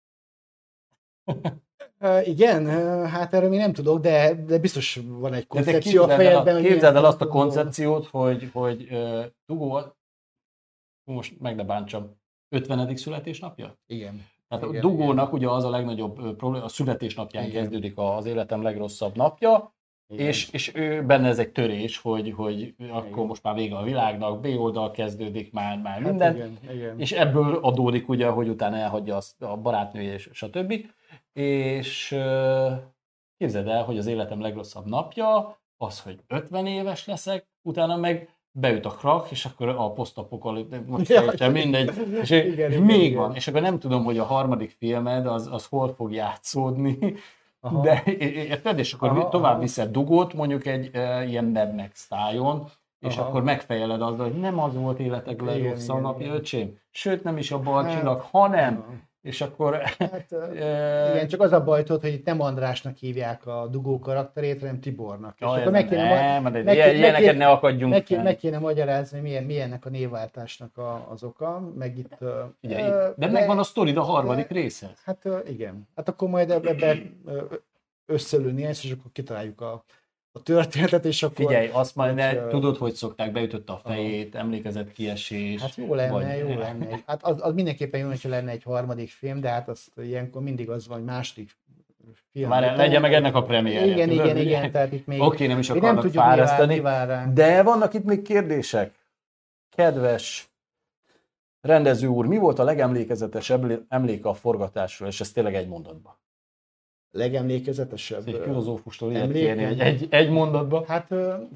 Igen, hát erről még nem tudok, de biztos van egy koncepció a fejedben.
Képzeld el azt a koncepciót, hogy Dugó, most meg ne bántsam, 50. születésnapja?
Igen.
Hát a Dugónak ugye az a legnagyobb probléma, a születésnapján kezdődik az életem legrosszabb napja, és ő benne ez egy törés, hogy akkor most már vége a világnak, B oldal kezdődik már minden, és ebből adódik ugye, hogy utána elhagyja a barátnője és stb. És képzeld el, hogy az életem legrosszabb napja az, hogy 50 éves leszek, utána meg beüt a krak, és akkor a posztapokaliptikus, mindegy, és még van, és akkor nem tudom, hogy a harmadik filmed az hol fog játszódni, de érted, és akkor tovább viszed Dugót, mondjuk egy ilyen Mad Max style-on, és akkor megfejeled azzal, hogy nem az volt életek legrosszabb napja, öcsém, sőt nem is a Balcsillag, hanem, és akkor...
Hát, igen, csak az a baj, hogy itt nem Andrásnak hívják a Dugó karakterét, hanem Tibornak. És akkor
ilyeneket ne akadjunk.
Meg kéne magyarázni, mi ennek a névváltásnak az oka, meg itt...
de megvan a sztorid a harmadik része.
Hát igen. Hát akkor majd ebben összelőni ezt, és akkor kitaláljuk a történetet, és akkor...
Figyelj, azt majd tudod, hogy szokták, beütötte a fejét, emlékezett kiesés.
Hát jó lenne. Hát az mindenképpen jó, hogyha lenne egy harmadik film, de hát azt ilyenkor mindig az van, hogy második film.
Már legyen meg ennek a premierje.
Igen, tehát itt még...
Oké, nem is akarnak fárasztani, de vannak itt még kérdések. Kedves rendező úr, mi volt a legemlékezetesebb emléke a forgatásról, és ez tényleg egy mondatban?
Legemlékezetesebb.
Egy filozófustól ilyet kérni egy mondatba.
Hát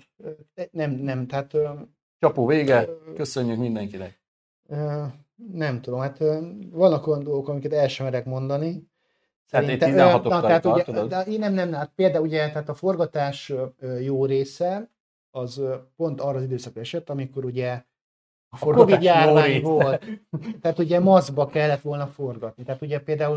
nem, tehát...
Csapó vége, köszönjük mindenkinek.
Nem tudom, hát vannak olyan dolgok, amiket el sem merek mondani.
Tehát itt 16-okkal
tartod? Nem, hát például ugye tehát a forgatás jó része, az pont arra az időszakra esett, amikor ugye a Covid járvány volt. Tehát ugye maszkba kellett volna forgatni. Tehát ugye például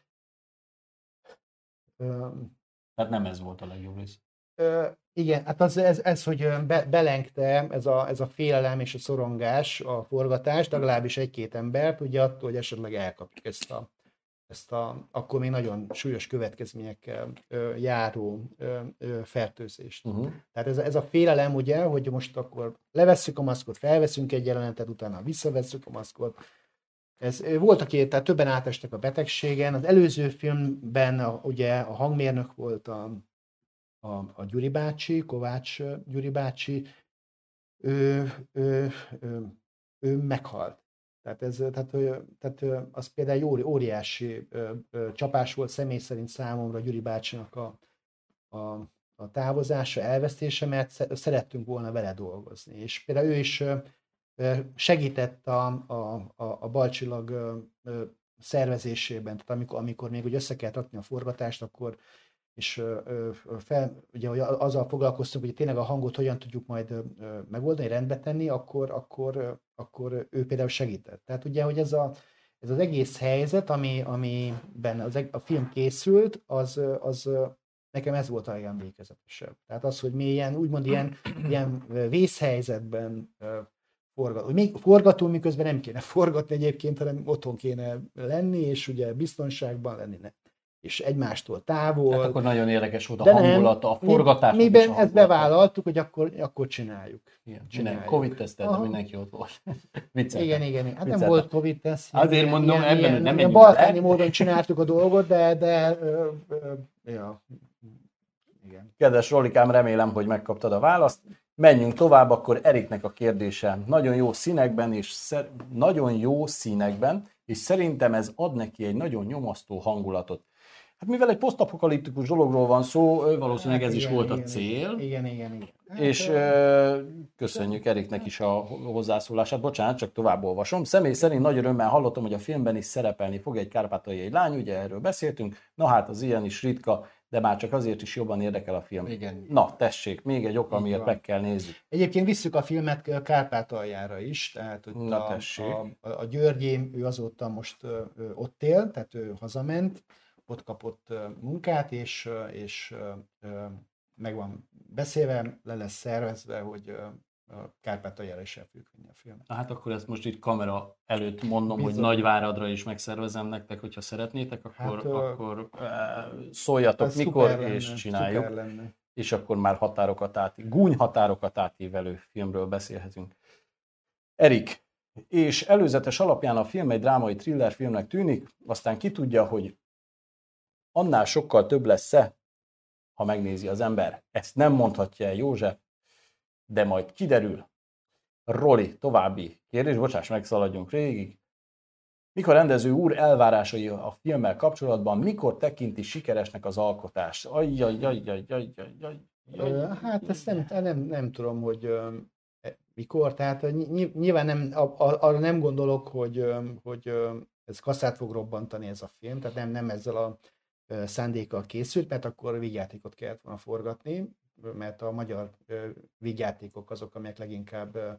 tehát nem ez volt a legjobb rész.
Igen, hát ez hogy belengte ez a félelem és a szorongás a forgatást, legalábbis egy-két embert, ugye attól, hogy esetleg elkapjuk akkor még nagyon súlyos következményekkel járó fertőzést. Tehát ez a félelem, ugye, hogy most akkor levesszük a maszkot, felveszünk egy jelenetet, utána visszavesszük a maszkot. Tehát többen átestek a betegségen. Az előző filmben ugye a hangmérnök volt a Gyuri bácsi, Kovács Gyuri bácsi, ő meghalt. Tehát az például egy óriási csapás volt személy szerint számomra Gyuri bácsinak a távozása, elvesztése, mert szerettünk volna vele dolgozni. És például ő is segített a Balcsillag szervezésében, tehát amikor még úgy össze kellett rakni a forgatást, akkor és ugye azzal foglalkoztunk, hogy tényleg a hangot hogyan tudjuk majd megoldani, rendbe tenni, akkor ő például segített. Tehát ugye, hogy ez az egész helyzet, amiben a film készült, az nekem ez volt a legemlékezetesebb. Tehát az, hogy mi úgymond ilyen vészhelyzetben forgatunk, miközben nem kéne forgatni egyébként, hanem otthon kéne lenni, és ugye biztonságban lenni. És egymástól távol.
Tehát akkor nagyon érdekes volt a hangulata, a forgatás.
Miben ezt bevállaltuk, hogy akkor csináljuk.
Igen, Covid-tesztet, de mindenki ott volt.
Igen. Hát nem volt Covid-teszt.
Azért mondom, ebben nem menjünk
balkáni módon csináltuk a dolgot, de igen.
Kedves Rolikám, remélem, hogy megkaptad a választ. Menjünk tovább, akkor Eriknek a kérdése. Nagyon jó színekben, és szerintem ez ad neki egy nagyon nyomasztó hangulatot. Hát mivel egy posztapokaliptikus dologról van szó, valószínűleg ez is volt a cél.
Igen.
És köszönjük Eriknek is a hozzászólását. Bocsánat, csak tovább olvasom. Személy szerint nagy örömmel hallottam, hogy a filmben is szerepelni fog egy kárpátaljai lány, ugye erről beszéltünk. Na hát az ilyen is ritka, de már csak azért is jobban érdekel a film.
Igen.
Na, tessék, még egy ok, amiért meg kell nézni.
Egyébként visszük a filmet Kárpátaljára is, tehát hogy a Györgyi, ő azóta most ott él, tehát ő hazament, ott kapott munkát, és meg van beszélve, le lesz szervezve, hogy Kárpátaljára is el fogjuk vinni a filmet.
Hát akkor ezt most itt kamera előtt mondom, hogy Nagyváradra is megszervezem nektek, hogyha szeretnétek, akkor szóljatok mikor, és csináljuk. És akkor már gúnyhatárokat átívelő filmről beszélhetünk. Erik, és előzetes alapján a film egy drámai thriller filmnek tűnik, aztán ki tudja, hogy annál sokkal több lesz-e, ha megnézi az ember. Ezt nem mondhatja el József, de majd kiderül. Roli, további kérdés, bocsáss, megszaladjunk végig. Mik a rendező úr elvárásai a filmmel kapcsolatban, mikor tekinti sikeresnek az alkotást?
Hát ezt nem tudom, hogy mikor, tehát nyilván arra nem gondolok, hogy ez kasszát fog robbantani ez a film, tehát nem ezzel a szándékkal készült, mert akkor vígjátékot kellett volna forgatni, mert a magyar vígjátékok azok, amelyek leginkább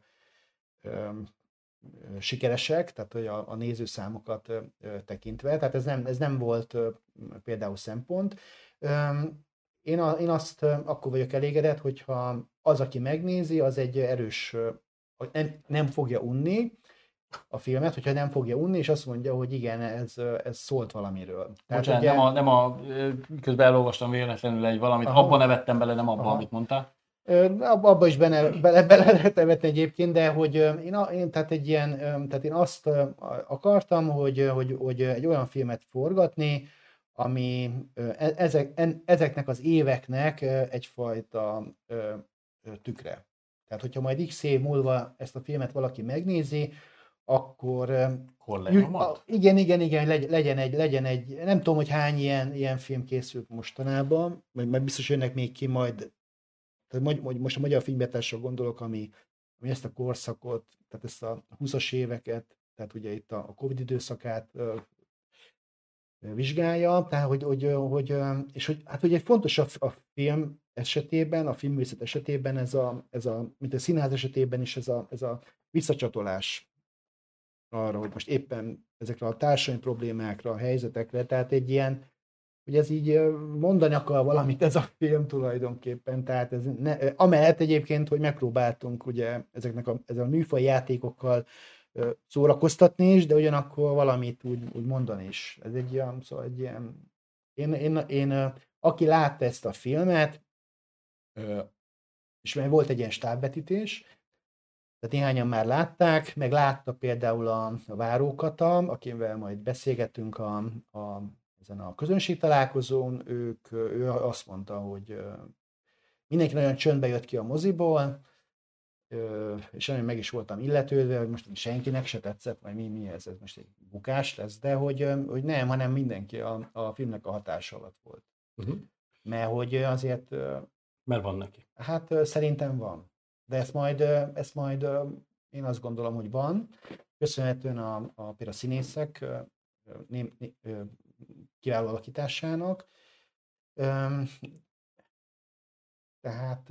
sikeresek, tehát hogy a nézőszámokat tekintve, tehát ez nem volt például szempont. Én azt akkor vagyok elégedett, hogyha az, aki megnézi, az egy erős, nem fogja unni a filmet, hogyha nem fogja unni, és azt mondja, hogy igen, ez szólt valamiről.
Bocsánat, ugye... közben elolvastam véletlenül egy valamit, abban nevettem bele, nem abban, amit mondtál.
Abba is bele lehet nevetni egyébként, de hogy én azt akartam, hogy egy olyan filmet forgatni, ami ezeknek az éveknek egyfajta tükre. Tehát, hogyha majd x év múlva ezt a filmet valaki megnézi, akkor igen, legyen egy, nem tudom, hogy hány ilyen film készült mostanában, mert biztos jönnek még ki majd, tehát most a magyar filmgyártásra gondolok, ami ezt a korszakot, tehát ezt a 20-as éveket, tehát ugye itt a Covid időszakát vizsgálja, tehát hogy egy fontos a film esetében, a filmművészet esetében mint a színház esetében is ez a visszacsatolás arra, hogy most éppen ezekre a társadalmi problémákra, a helyzetekre, tehát egy ilyen, hogy ez így mondani akar valamit ez a film tulajdonképpen, tehát amellett egyébként, hogy megpróbáltunk ugye ezzel a műfaj játékokkal szórakoztatni is, de ugyanakkor valamit úgy mondani is. Ez egy ilyen, szóval egy ilyen... Én aki látta ezt a filmet, és mert volt egy ilyen stábvetítés, tehát néhányan már látták, meg látta például a Várókata, akivel majd beszélgetünk ezen a közönség találkozón, ő azt mondta, hogy mindenki nagyon csöndbe jött ki a moziból, és nagyon meg is voltam illetődve, hogy most senkinek se tetszett, vagy mi ez most egy bukás lesz, de hogy nem, hanem mindenki a filmnek a hatása alatt volt. Mert hogy azért...
Mert van neki.
Hát szerintem van. De ezt majd én azt gondolom, hogy van. Köszönhetően például a színészek kiváló alakításának. Tehát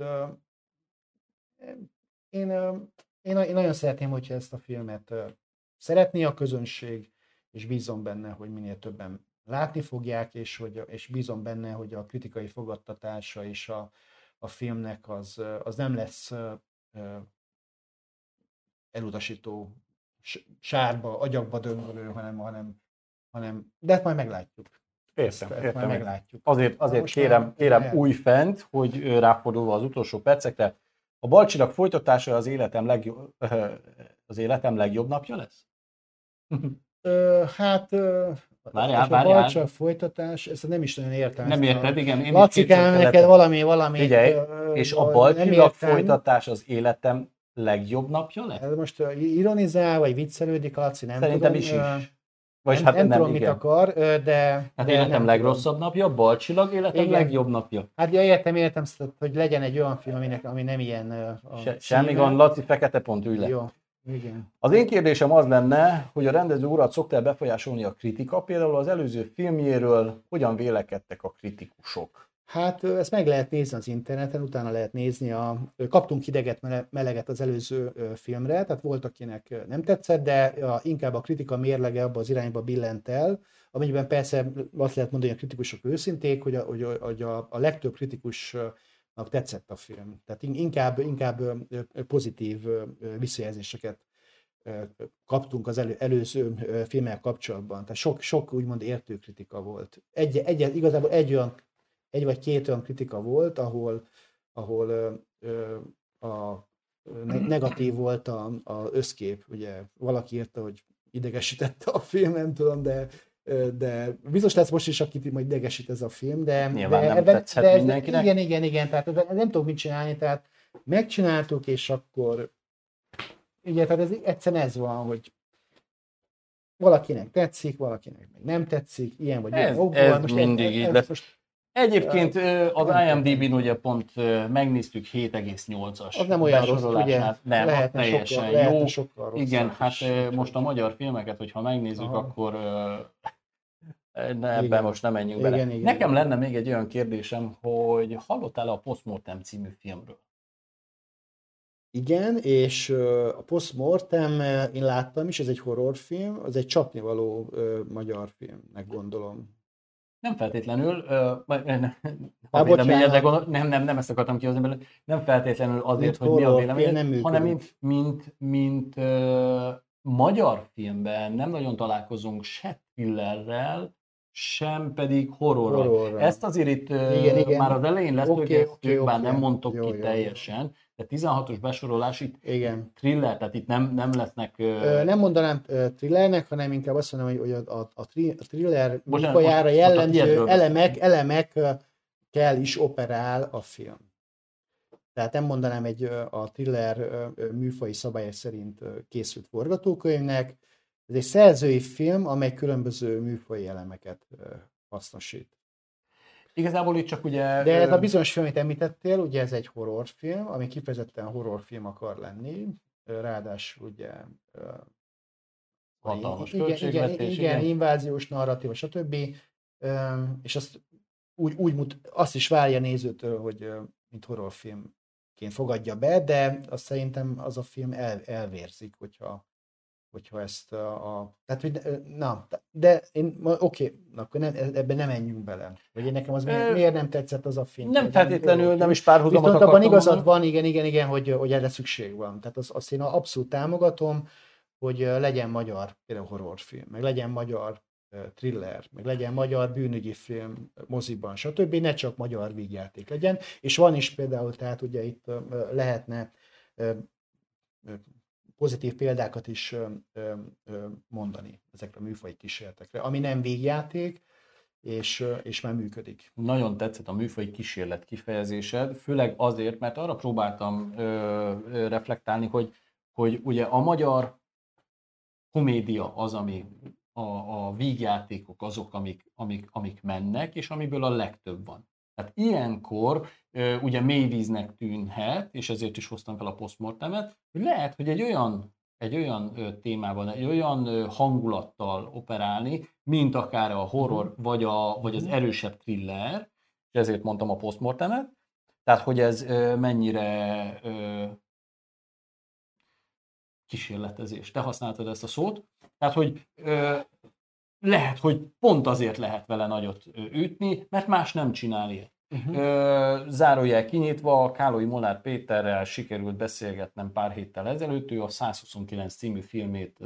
én nagyon szeretném, hogyha ezt a filmet szeretné a közönség, és bízom benne, hogy minél többen látni fogják, és bízom benne, hogy a kritikai fogadtatása és a filmnek az nem lesz elutasító, sárba, agyakba döngölő, hanem de ezt majd meglátjuk.
Értem.
Majd meglátjuk.
Azért kérem újfent, hogy ráfordulva az utolsó percekre, a Balcsillag folytatása az életem legjobb napja lesz?
A Balcsillag folytatás, ezt nem is nagyon értem.
Nem érted, igen.
Lacikám, neked valami...
Figyelj, és a Balcsillag folytatás az életem legjobb napja lesz?
Ez most ironizál, vagy viccelődik, Laci, nem
Szerintem
tudom.
is. Vagy
nem tudom, mit akar, de...
Hát életem legrosszabb napja, Balcsillag életem legjobb napja.
Hát értem, hogy legyen egy olyan film, ami nem ilyen...
Semmi gond, Laci, fekete pont, ülj le.
Jó, igen.
Az én kérdésem az lenne, hogy a rendező urat szokta befolyásolni a kritika, például az előző filmjéről hogyan vélekedtek a kritikusok?
Hát ezt meg lehet nézni az interneten, utána lehet nézni kaptunk hideget, meleget az előző filmre, tehát volt, akinek nem tetszett, de inkább a kritika mérlege abba az irányba billent el, amennyiben persze azt lehet mondani, hogy a kritikusok őszinték, hogy a legtöbb kritikusnak tetszett a film. Tehát inkább pozitív visszajelzéseket kaptunk az előző filmmel kapcsolatban. Tehát sok úgymond értő kritika volt. Igazából egy vagy két olyan kritika volt, ahol a negatív volt a összkép. Ugye valaki írta, hogy idegesítette a film, nem tudom, de biztos lesz most is, akit majd idegesít ez a film, de...
Nyilván nem tetszett mindenkinek.
Igen, tehát nem tudok mit csinálni, tehát megcsináltuk, és akkor... Ugye, tehát egyszerűen ez van, hogy valakinek tetszik, valakinek meg nem tetszik, ilyen vagy ilyen okból.
Ez mindig így lesz. Egyébként az IMDb-n ugye pont megnéztük 7,8-as.
Az nem olyan rossz, ugye?
Nem,
lehetne
teljesen
sokkal
jó. Igen, hát most a magyar filmeket, hogyha megnézzük, akkor ebben most nem menjünk bele.
Igen.
Nekem lenne még egy olyan kérdésem, hogy hallottál-e a Postmortem című filmről?
Igen, és a Postmortem én láttam is, ez egy horrorfilm, az egy csapnivaló magyar filmnek gondolom.
Nem feltétlenül, nem ezt akartam kihozni belőle, nem feltétlenül azért, hogy mi a vélemény, hanem mint magyar filmben nem nagyon találkozunk se thrillerrel, sem pedig horrorral. Ezt azért itt igen. Már az elején leszögeztük, bár nem mondtok ki teljesen, de 16-os besorolás itt thriller, tehát itt nem lesznek...
Nem mondanám thrillernek, hanem inkább azt mondom, hogy a thriller műfajára jellemző elemekkel is operál a film. Tehát nem mondanám a thriller műfaji szabályok szerint készült forgatókönyvnek. Ez egy szerzői film, amely különböző műfaji elemeket hasznosít.
Igazából itt csak ugye...
De ez a bizonyos film, amit említettél, ugye ez egy horrorfilm, ami kifejezetten horrorfilm akar lenni, ráadásul ugye...
hatalmas költségvetés,
igen, inváziós narratíva, stb. És azt is várja nézőtől, hogy mint horrorfilmként fogadja be, de azt szerintem az a film elvérzik, hogyha ezt tehát, hogy de én, oké, akkor ebben nem menjünk bele. Vagy nekem az miért nem tetszett az a film?
Nem feltétlenül, nem is párhuzamot
akartam. Viszont abban igazad van, igen, hogy erre szükség van. Tehát azt én abszolút támogatom, hogy legyen magyar például horrorfilm, meg legyen magyar thriller, meg legyen magyar bűnügyi film moziban, stb. Ne csak magyar vígjáték legyen. És van is például, tehát ugye itt lehetne pozitív példákat is mondani ezekre a műfaji kísérletekre, ami nem vígjáték, és már működik.
Nagyon tetszett a műfaji kísérlet kifejezésed, főleg azért, mert arra próbáltam reflektálni, hogy ugye a magyar komédia az, ami a vígjátékok azok, amik mennek, és amiből a legtöbb van. Tehát ilyenkor ugye mélyvíznek tűnhet, és ezért is hoztam fel a postmortemet, hogy lehet, hogy egy olyan témában, egy olyan hangulattal operálni, mint akár a horror, vagy az erősebb thriller, és ezért mondtam a postmortemet, tehát hogy ez mennyire kísérletezés. Te használtad ezt a szót. Tehát, hogy lehet, hogy pont azért lehet vele nagyot ütni, mert más nem csinál ilyet. Zárójel kinyitva, Kálói Molnár Péterrel sikerült beszélgetnem pár héttel ezelőtt, ő a 129 című filmét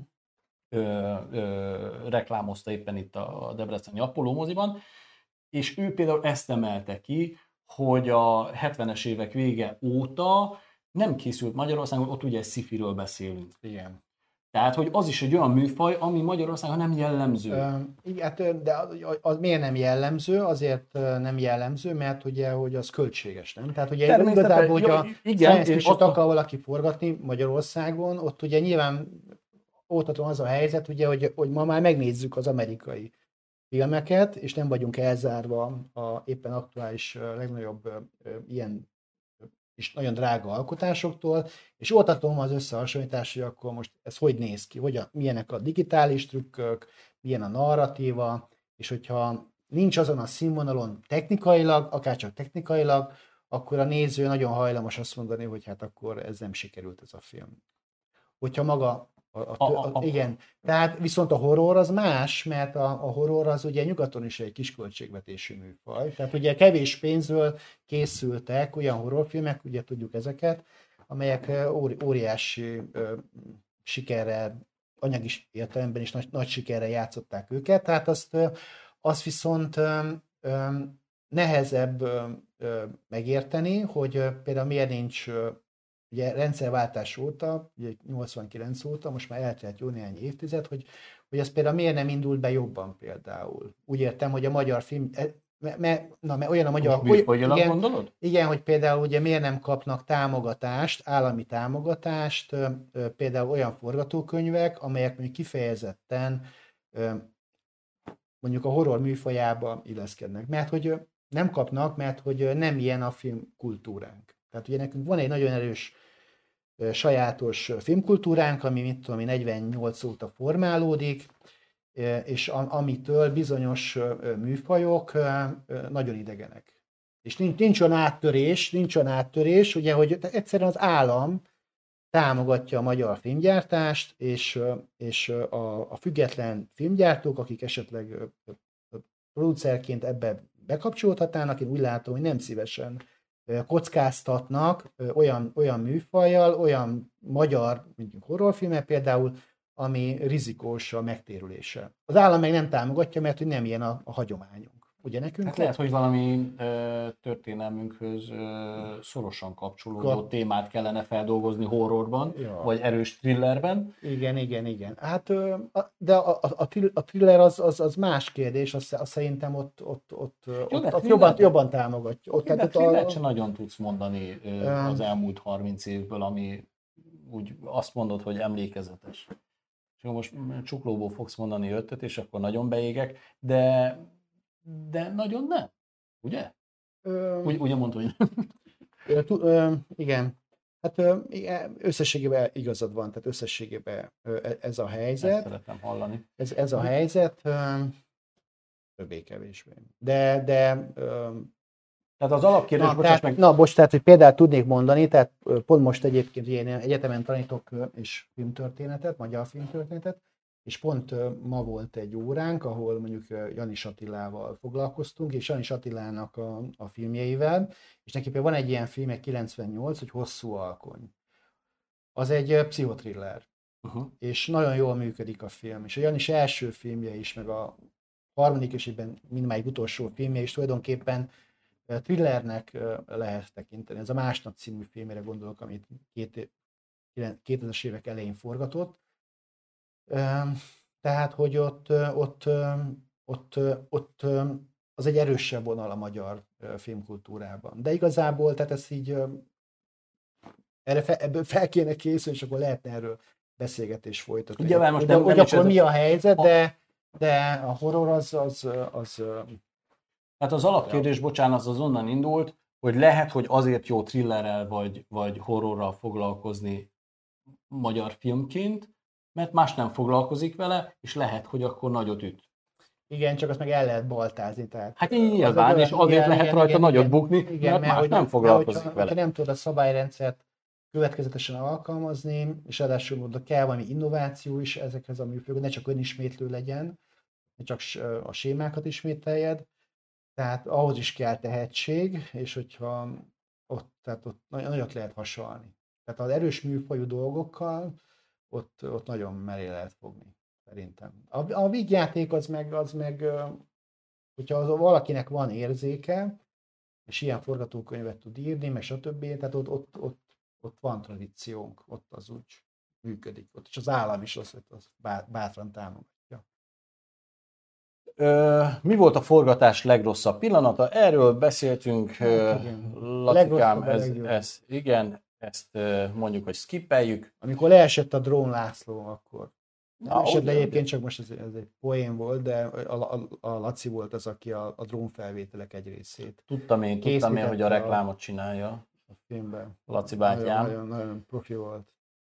reklámozta éppen itt a debreceni Apollo moziban, és ő például ezt emelte ki, hogy a 70-es évek vége óta nem készült Magyarországon, ott ugye sci-firől beszélünk.
Igen.
Tehát, hogy az is egy olyan műfaj, ami Magyarországon nem jellemző.
Igen, de az miért nem jellemző? Azért nem jellemző, mert ugye, hogy az költséges, nem? Tehát ugye igazából, hogyha science fiction akar valaki forgatni Magyarországon, ott ugye nyilván óvtatom az a helyzet, ugye, hogy ma már megnézzük az amerikai filmeket, és nem vagyunk elzárva a éppen aktuális legnagyobb ilyen és nagyon drága alkotásoktól, és ótatom az összehasonlítást, hogy akkor most ez hogy néz ki, milyenek a digitális trükkök, milyen a narratíva, és hogyha nincs azon a színvonalon technikailag, akárcsak technikailag, akkor a néző nagyon hajlamos azt mondani, hogy hát akkor ez nem sikerült ez a film. Hogyha maga igen, tehát viszont a horror az más, mert a horror az ugye nyugaton is egy kis költségvetésű műfaj. Tehát ugye kevés pénzből készültek olyan horrorfilmek, ugye tudjuk ezeket, amelyek óriási sikerrel, anyagi értelemben is nagy sikerrel játszották őket. Tehát azt viszont nehezebb megérteni, hogy például miért nincs ugye rendszerváltás óta, ugye 89 óta, most már eltelt jó néhány évtized, hogy ez például miért nem indult be jobban például. Úgy értem, hogy a magyar film, mert olyan a magyar... Igen, hogy például ugye miért nem kapnak támogatást, állami támogatást, például olyan forgatókönyvek, amelyek mondjuk kifejezetten mondjuk a horror műfajába illeszkednek. Mert hogy nem kapnak, mert hogy nem ilyen a filmkultúránk. Tehát ugye nekünk van egy nagyon erős sajátos filmkultúránk, ami 48 óta formálódik, és amitől bizonyos műfajok nagyon idegenek. És nincs olyan áttörés, ugye, hogy egyszerűen az állam támogatja a magyar filmgyártást, és a független filmgyártók, akik esetleg producerként ebbe bekapcsolódhatnának, én úgy látom, hogy nem szívesen kockáztatnak olyan műfajjal, olyan magyar mondjuk horrorfilmek például, ami rizikós a megtérülése. Az állam meg nem támogatja, mert hogy nem ilyen a hagyományunk. Ugye nekünk?
Hát lehet, hogy valami történelmünkhöz szorosan kapcsolódó témát kellene feldolgozni horrorban, vagy erős thrillerben.
Igen. Hát, de a thriller az más kérdés, azt szerintem ott jobban támogatja.
Thrillert sem nagyon tudsz mondani az elmúlt 30 évből, ami úgy azt mondod, hogy emlékezetes. És most csuklóból fogsz mondani 5-öt, és akkor nagyon beégek, de nagyon nem, ugye? Ugye mondta, hogy
nem. Igen. Hát összességében igazad van, tehát összességében ez a helyzet.
Ezt szeretem hallani.
Ez a helyzet többé-kevésbé. Tehát
az alapkérdés,
tehát, hogy példát tudnék mondani, tehát pont most egyébként én egyetemen tanítok és filmtörténetet, magyar filmtörténetet, és pont ma volt egy óránk, ahol mondjuk Janis Attilával foglalkoztunk, és Janis Attilának a filmjeivel, és neki például van egy ilyen film, 98, hogy Hosszú alkony. Az egy pszichotriller. és nagyon jól működik a film. És a Janis első filmje is, meg a harmadik és ebben mindmáig utolsó filmje is tulajdonképpen thrillernek lehet tekinteni. Ez a Másnap című filmére gondolok, amit 2000-es évek elején forgatott. Tehát, hogy ott az egy erősebb vonal a magyar filmkultúrában. De igazából, tehát ezt így ebből fel kéne készülni, és akkor lehetne erről beszélgetés folytatni.
Ugye, most
hogy akkor mi a helyzet, de a horror az
hát az alapkérdés, bocsánat, az onnan indult, hogy lehet, hogy azért jó thrillerrel vagy horrorral foglalkozni magyar filmként, mert más nem foglalkozik vele, és lehet, hogy akkor nagyot üt.
Igen, csak azt meg el lehet baltázni. Tehát
hát így nyilván, és azért lehet rajta nagyot bukni, mert más nem foglalkozik vele.
Ha nem tudod a szabályrendszert következetesen alkalmazni, és ráadásul oda kell valami innováció is ezekhez a műfajokhoz, ne csak önismétlő legyen, ne csak a sémákat ismételjed, tehát ahhoz is kell tehetség, és hogyha ott nagyot lehet hasalni. Tehát az erős műfajú dolgokkal ott nagyon meré lehet fogni, szerintem. A vígjáték az meg, hogyha valakinek van érzéke, és ilyen forgatókönyvet tud írni, meg stb., tehát ott van tradíciónk, ott az úgy működik. Ott is az állam is azt bátran támogatja.
Mi volt a forgatás legrosszabb pillanata? Erről beszéltünk, Lacikám, ezt mondjuk, hogy skippeljük.
Amikor leesett a drón László, akkor nem esett le egyébként, csak most ez egy poén volt, de a Laci volt az, aki a drónfelvételek egy részét.
Tudtam én, hogy a reklámot csinálja
a filmben.
Laci bátyám.
Nagyon profi volt.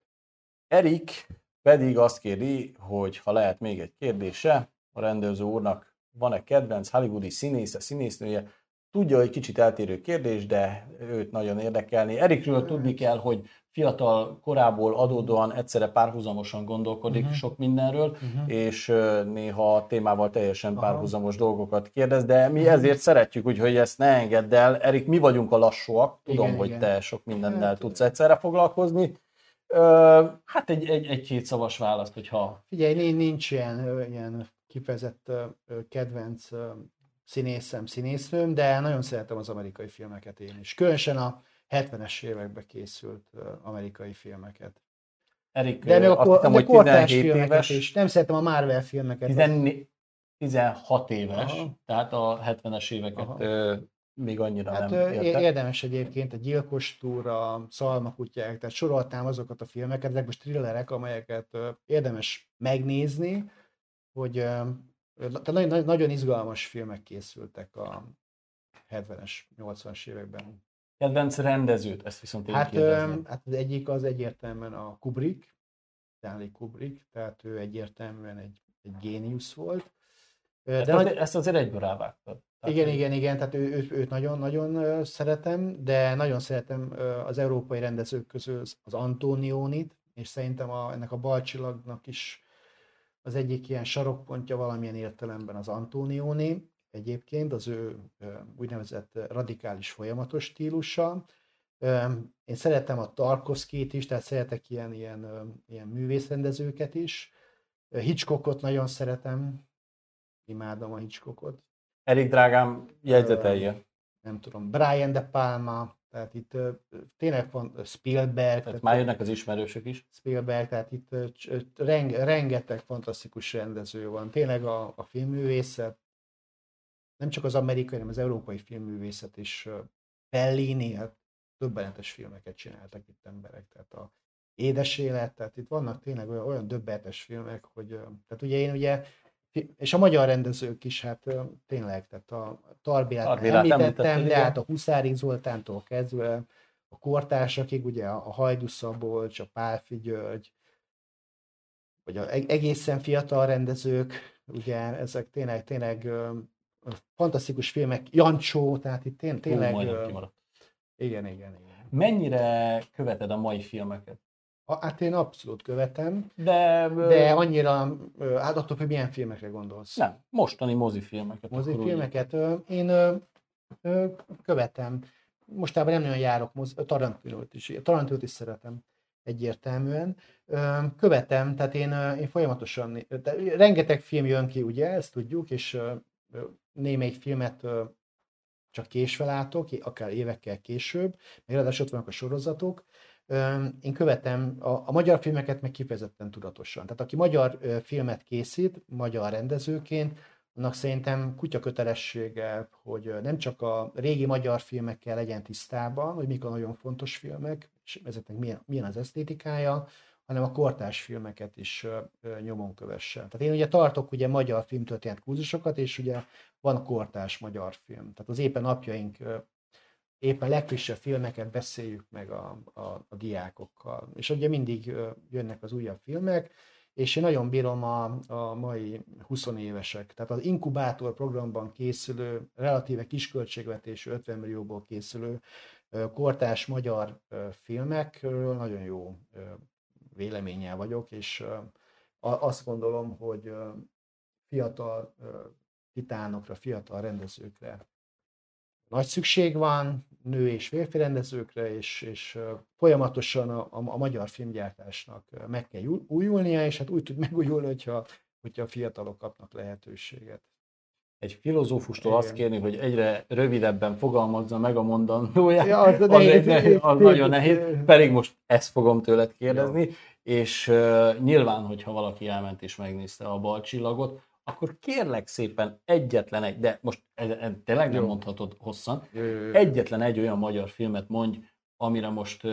Erik pedig azt kéri, hogy ha lehet még egy kérdése, a rendező úrnak van-e kedvenc hollywoodi színésze, színésznője? Tudja, hogy kicsit eltérő kérdés, de őt nagyon érdekelni. Erikről tudni kell, hogy fiatal korából adódóan egyszerre párhuzamosan gondolkodik sok mindenről, és néha a témával teljesen párhuzamos dolgokat kérdez, de mi ezért szeretjük, úgyhogy ezt ne engedd el. Erik, mi vagyunk a lassúak, tudom, hogy te sok mindennel tudsz egyszerre foglalkozni. Hát egy kétszavas választ, hogyha...
Figyelj, nincs ilyen kifejezett kedvenc színésznőm, de nagyon szeretem az amerikai filmeket én is. Különösen a 70-es években készült amerikai filmeket.
Erik,
de még
azt hiszem, hogy 17 éves.
Is. Nem szeretem a Marvel filmeket.
16 éves, tehát a 70-es éveket még annyira
hát
nem értek.
Érdemes egyébként a Gyilkos túra, Szalmakutyák, tehát soroltám azokat a filmeket, ezek most thrillerek, amelyeket érdemes megnézni, hogy nagyon izgalmas filmek készültek a 70-es, 80-as években.
Kedvenc rendezőt, ezt viszont én kérdezném.
Hát az egyik az egyértelműen a Kubrick, Stanley Kubrick, tehát ő egyértelműen egy géniusz volt.
Ezt azért egyből rávágtad.
Igen, tehát őt nagyon-nagyon szeretem, de nagyon szeretem az európai rendezők közül az Antonionit, és szerintem ennek a Balcsillagnak is az egyik ilyen sarokpontja valamilyen értelemben az Antonioni, egyébként az ő úgynevezett radikális folyamatos stílusa. Én szeretem a Tarkovszkit is, tehát szeretek ilyen művészrendezőket is. Hitchcockot nagyon szeretem, imádom a Hitchcockot.
Erik drágám, jegyzetelje.
Nem tudom, Brian De Palma, tehát itt tényleg Spielberg.
Tehát már jönnek az ismerősök is.
Spielberg, tehát itt rengeteg fantasztikus rendező van. Tényleg a filmművészet, nem csak az amerikai, hanem az európai filmművészet is. Fellini, hát döbbenetes filmeket csináltak itt emberek. Tehát a Édes élet, tehát itt vannak tényleg olyan döbbenetes filmek, hogy tehát ugye és a magyar rendezők is, hát tényleg, tehát a Tarbélát említettem, de hát a Huszári Zoltántól kezdve a kortársakig, ugye a Hajdú Szabolcs, a Pálffy György, vagy egészen fiatal rendezők, ugye ezek tényleg fantasztikus filmek, Jancsó, tehát itt tényleg... Igen.
Mennyire követed a mai filmeket?
Hát én abszolút követem,
de
annyira, hát attól, hogy milyen filmekre gondolsz.
Nem, mostani mozifilmeket.
Mozifilmeket én követem. Mostában nem nagyon járok, Tarantinót is szeretem. egyértelműen. Követem, tehát én folyamatosan, rengeteg film jön ki, ugye, ezt tudjuk, és némelyik filmet csak késve látok, akár évekkel később, meg ráadásul ott vannak a sorozatok. Én követem a magyar filmeket meg kifejezetten tudatosan. Tehát aki magyar filmet készít, magyar rendezőként, annak szerintem kutya kötelessége, hogy nem csak a régi magyar filmekkel legyen tisztában, hogy mik a nagyon fontos filmek, és ezeknek milyen az esztétikája, hanem a kortárs filmeket is nyomon kövesse. Tehát én ugye tartok ugye magyar filmtörténet kurzusokat, és ugye van kortárs magyar film. Tehát az éppen napjaink éppen legfrissebb filmeket beszéljük meg a diákokkal. És ugye mindig jönnek az újabb filmek, és én nagyon bírom a mai 20 évesek. Tehát az inkubátor programban készülő, relatíve kisköltségvetésű 50 millióból készülő kortárs magyar filmekről nagyon jó véleménnyel vagyok, és azt gondolom, hogy fiatal titánokra, fiatal rendezőkre nagy szükség van, nő és férfi rendezőkre, és folyamatosan a magyar filmgyártásnak meg kell újulnia, és hát úgy tud megújulni, hogyha a fiatalok kapnak lehetőséget.
Egy filozófustól azt kérni, hogy egyre rövidebben fogalmazza meg a mondandóját,
ja,
az nagyon nehéz, pedig most ezt fogom tőled kérdezni, ja. És nyilván, hogyha valaki elment és megnézte a Balcsillagot, akkor kérlek szépen egyetlen egy, de most tényleg nem mondhatod hosszan, egyetlen egy olyan magyar filmet mondj, amire most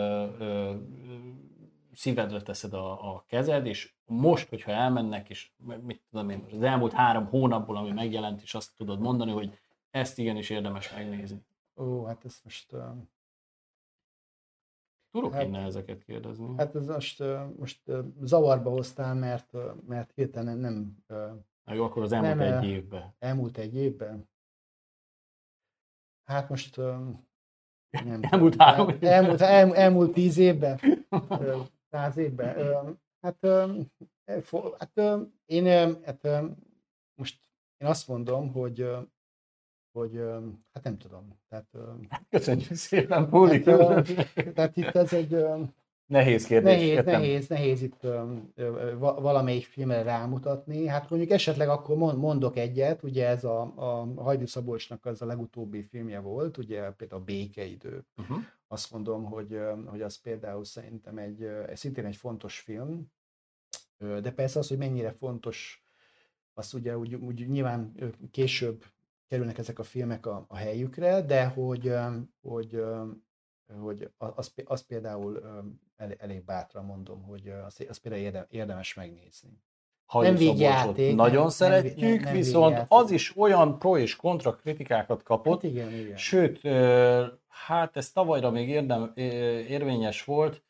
szívedre teszed a kezed, és most, hogyha elmennek, és mit tudom én, az elmúlt 3 hónapból, ami megjelent, és azt tudod mondani, hogy ezt igenis érdemes megnézni.
Ó, hát ezt most...
Tudok innen ezeket kérdezni.
Hát ez most zavarba hoztál, mert hirtelen nem...
Jó, akkor az elmúlt egy évben.
Elmúlt egy évben? Hát most... Nem,
elmúlt 3 évben.
Elmúlt 10 évben? 100 évben? Most én azt mondom, hogy hát nem tudom. Tehát,
köszönjük szépen, Pólik.
Tehát itt ez egy...
Nehéz kérdés.
Nehéz itt valamelyik filmre rámutatni. Hát mondjuk esetleg akkor mondok egyet, ugye ez a Hajdú Szabolcsnak az a legutóbbi filmje volt, ugye például a Békeidő. Azt mondom, hogy az például szerintem szintén egy fontos film, de persze az, hogy mennyire fontos, azt ugye úgy nyilván később kerülnek ezek a filmek a helyükre, de hogy azt például elég bátran mondom, hogy azt például érdemes megnézni.
Nem vígjáték. Nagyon szeretjük, nem viszont vígjáték. Az is olyan pro és kontra kritikákat kapott,
hát igen.
Sőt, hát ez tavalyra még érvényes volt,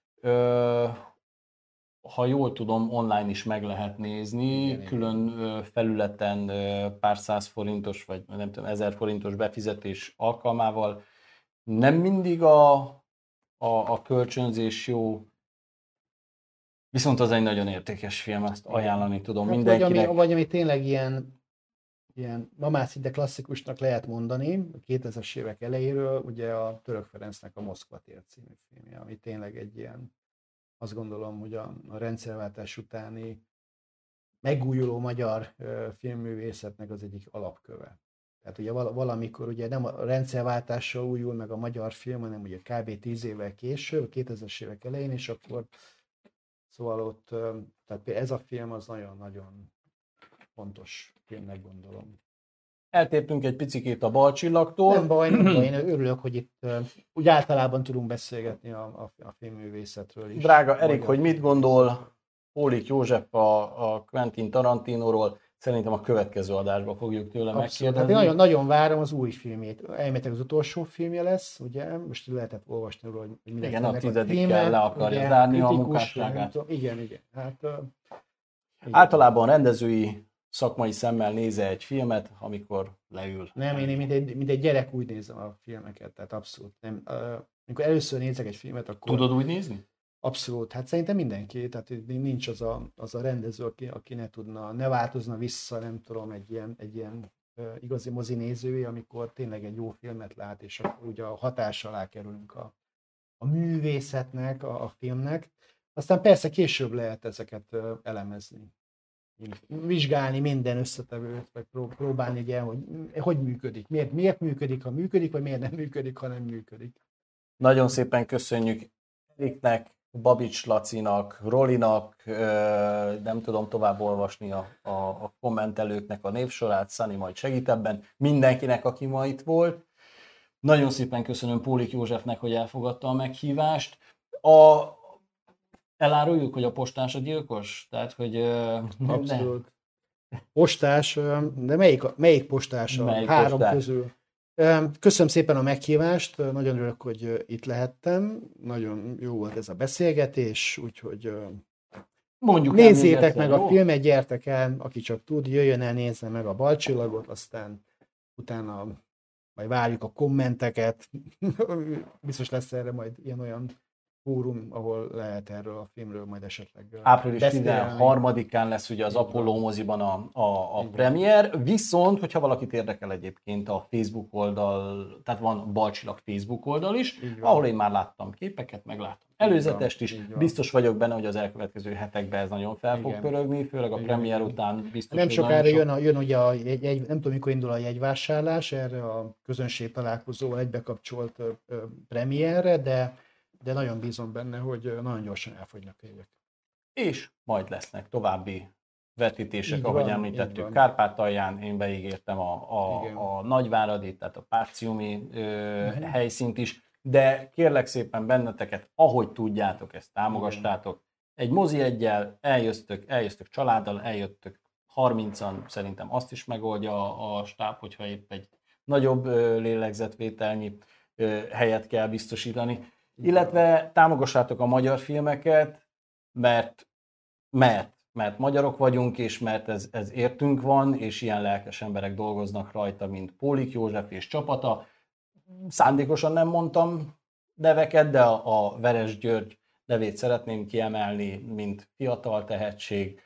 ha jól tudom, online is meg lehet nézni, igen, külön felületen pár 100 forintos, vagy nem tudom, 1000 forintos befizetés alkalmával. Nem mindig a kölcsönzés jó, viszont az egy nagyon értékes film, ezt ajánlani tudom hát mindenkinek.
Vagy ami tényleg ilyen ma már szinte klasszikusnak lehet mondani, a 2000-es évek elejéről, ugye a Török Ferencnek a Moszkva tér című filmje, ami tényleg egy ilyen, azt gondolom, hogy a rendszerváltás utáni megújuló magyar filmművészetnek az egyik alapköve. Tehát ugye valamikor ugye nem a rendszerváltással újul meg a magyar film, hanem ugye kb. 10 évvel később, 2000-es évek elején, és akkor szóval ott, tehát ez a film az nagyon-nagyon fontos filmnek gondolom.
Eltértünk egy picikét a Balcsillagtól.
Nem baj, én örülök, hogy itt úgy általában tudunk beszélgetni a filmművészetről is.
Drága Erik, hogy mit gondol Pólik József a Quentin Tarantinóról? Szerintem a következő adásban fogjuk tőle megkérdezni.
Hát én nagyon várom az új filmét. Elméletileg az utolsó filmje lesz, ugye? Most lehetett olvasni róla, hogy minden
igen, a 10-kel le akarja zárni a munkásságát.
Igen. Hát, igen.
Általában rendezői szakmai szemmel néze egy filmet, amikor leül.
Nem, én mint egy gyerek úgy nézem a filmeket, tehát abszolút nem. Amikor először nézek egy filmet, akkor...
Tudod úgy nézni?
Abszolút, hát szerintem mindenki, tehát nincs az a rendező, aki ne változna vissza, nem tudom, egy ilyen igazi mozi nézői, amikor tényleg egy jó filmet lát, és akkor ugye a hatás alá kerülünk a a művészetnek, a filmnek. Aztán persze később lehet ezeket elemezni. Vizsgálni minden összetevőt, vagy próbálni, ugye, hogy működik. Miért működik, ha működik, vagy miért nem működik, ha nem működik.
Nagyon szépen köszönjük Eriknek, Babics Lacinak, Rolinak, nem tudom tovább olvasni a kommentelőknek a névsorát, Szani majd segít ebben, mindenkinek, aki ma itt volt. Nagyon szépen köszönöm Pólik Józsefnek, hogy elfogadta a meghívást. Eláruljuk, hogy a postás a gyilkos? Tehát, hogy...
Abszolút. Postás, de melyik postás a
melyik
három
postás?
közül? Köszönöm szépen a meghívást, nagyon örülök, hogy itt lehettem. Nagyon jó volt ez a beszélgetés, úgyhogy
Mondjuk
nézzétek meg a filmet, gyertek el, aki csak tud, jöjjön el, nézze meg a Balcsillagot, aztán utána majd várjuk a kommenteket. Biztos lesz erre majd ilyen-olyan fórum, ahol lehet erről a filmről majd esetleg
április
beszélni.
13-án lesz ugye az Apollo moziban a premier, viszont, hogyha valakit érdekel egyébként a Facebook oldal, tehát van Balcsillag Facebook oldal is, ahol én már láttam képeket, meg láttam előzetest is. Biztos vagyok benne, hogy az elkövetkező hetekben ez nagyon fel fog pörögni, főleg a premier után biztos.
Nem sokára jön ugye nem tudom, mikor indul a jegyvásárlás erre a közönség találkozóval egybekapcsolt premierre, de nagyon bízom benne, hogy nagyon gyorsan elfogynak a jegyek.
És majd lesznek további vetítések,
Így
ahogy
van,
említettük, Kárpátalján, én beígértem a Nagyváradi, tehát a Párciumi helyszínt is, de kérlek szépen benneteket, ahogy tudjátok, ezt támogassátok. Egy mozi eggyel eljöztök családdal, eljöttök 30-an, szerintem azt is megoldja a stáb, hogyha épp egy nagyobb lélegzetvételnyi helyet kell biztosítani. Illetve támogassátok a magyar filmeket, mert magyarok vagyunk, és mert ez értünk van, és ilyen lelkes emberek dolgoznak rajta, mint Pólik József és csapata. Szándékosan nem mondtam neveket, de a Veres György nevét szeretném kiemelni, mint fiatal tehetség.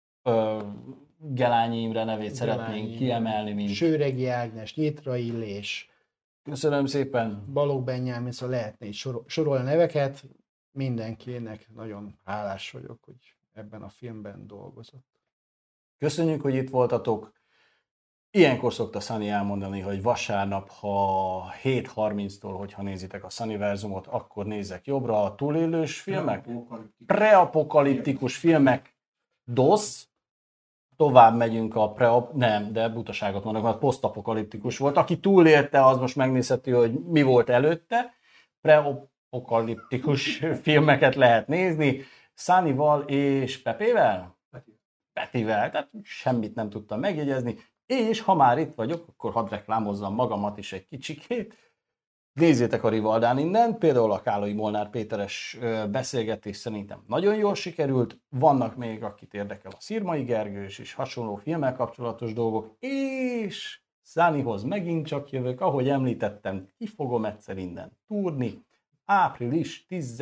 Gelányi Imre nevét szeretnénk kiemelni, mint...
Sőregi Ágnes, Nyitra Illés.
Köszönöm szépen.
Balogh Benyámin, szóval lehetne így sorolni neveket. Mindenkinek nagyon hálás vagyok, hogy ebben a filmben dolgozott.
Köszönjük, hogy itt voltatok. Ilyenkor szokta Szani elmondani, hogy vasárnap, ha 7:30-tól, hogyha nézitek a Szaniverzumot, akkor nézzek jobbra a túlélős filmek. Preapokaliptikus filmek. DOS. Tovább megyünk nem, de butaságot mondok, mert posztapokaliptikus volt. Aki túlélte, az most megnézheti, hogy mi volt előtte. Preapokaliptikus filmeket lehet nézni. Szánival és Pepével? Petivel, tehát semmit nem tudtam megjegyezni. És ha már itt vagyok, akkor hadd reklámozzam magamat is egy kicsikét. Nézzétek a Rivaldán innen, például a Kálai Molnár Péteres beszélgetés szerintem nagyon jól sikerült. Vannak még, akit érdekel a Szirmai Gergős és hasonló filmmel kapcsolatos dolgok, és Szánihoz megint csak jövök, ahogy említettem, ki fogom egyszer innen túrni. Április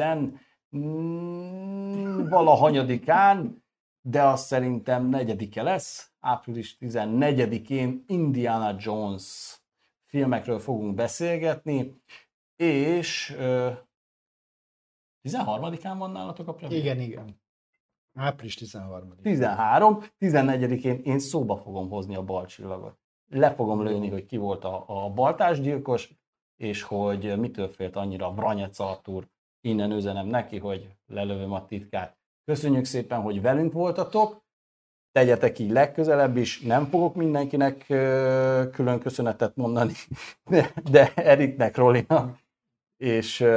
10-valahanyadikán, de az szerintem 4-e lesz. Április 14-én Indiana Jones filmekről fogunk beszélgetni, és 13-án van nálatok a premier?
Igen. Április 13.
14-én én szóba fogom hozni a Balcsillagot. Le fogom lőni, hogy ki volt a baltásgyilkos, és hogy mitől félt annyira Vranyec Artúr. Innen üzenem neki, hogy lelövöm a titkát. Köszönjük szépen, hogy velünk voltatok. Tegyetek így legközelebb is, nem fogok mindenkinek külön köszönetet mondani, de Eriknek, Rolinak és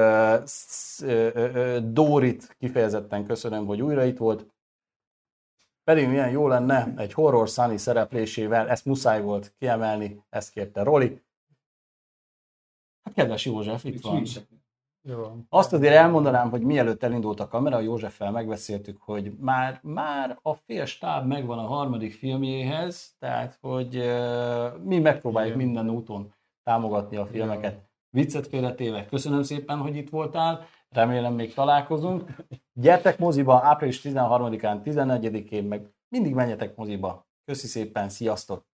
Dórit kifejezetten köszönöm, hogy újra itt volt. Pedig milyen jó lenne egy horror Sunny szereplésével, ezt muszáj volt kiemelni, ezt kérte Roli. Hát kedves József, itt van.
Jó.
Azt azért elmondanám, hogy mielőtt elindult a kamera, Józseffel megbeszéltük, hogy már a fél stáb megvan a harmadik filmjéhez, tehát hogy mi megpróbáljuk minden úton támogatni a filmeket. Viccet félretéve, köszönöm szépen, hogy itt voltál, remélem még találkozunk. Gyertek moziba április 13-án, 14-én, meg mindig menjetek moziba. Köszi szépen, sziasztok!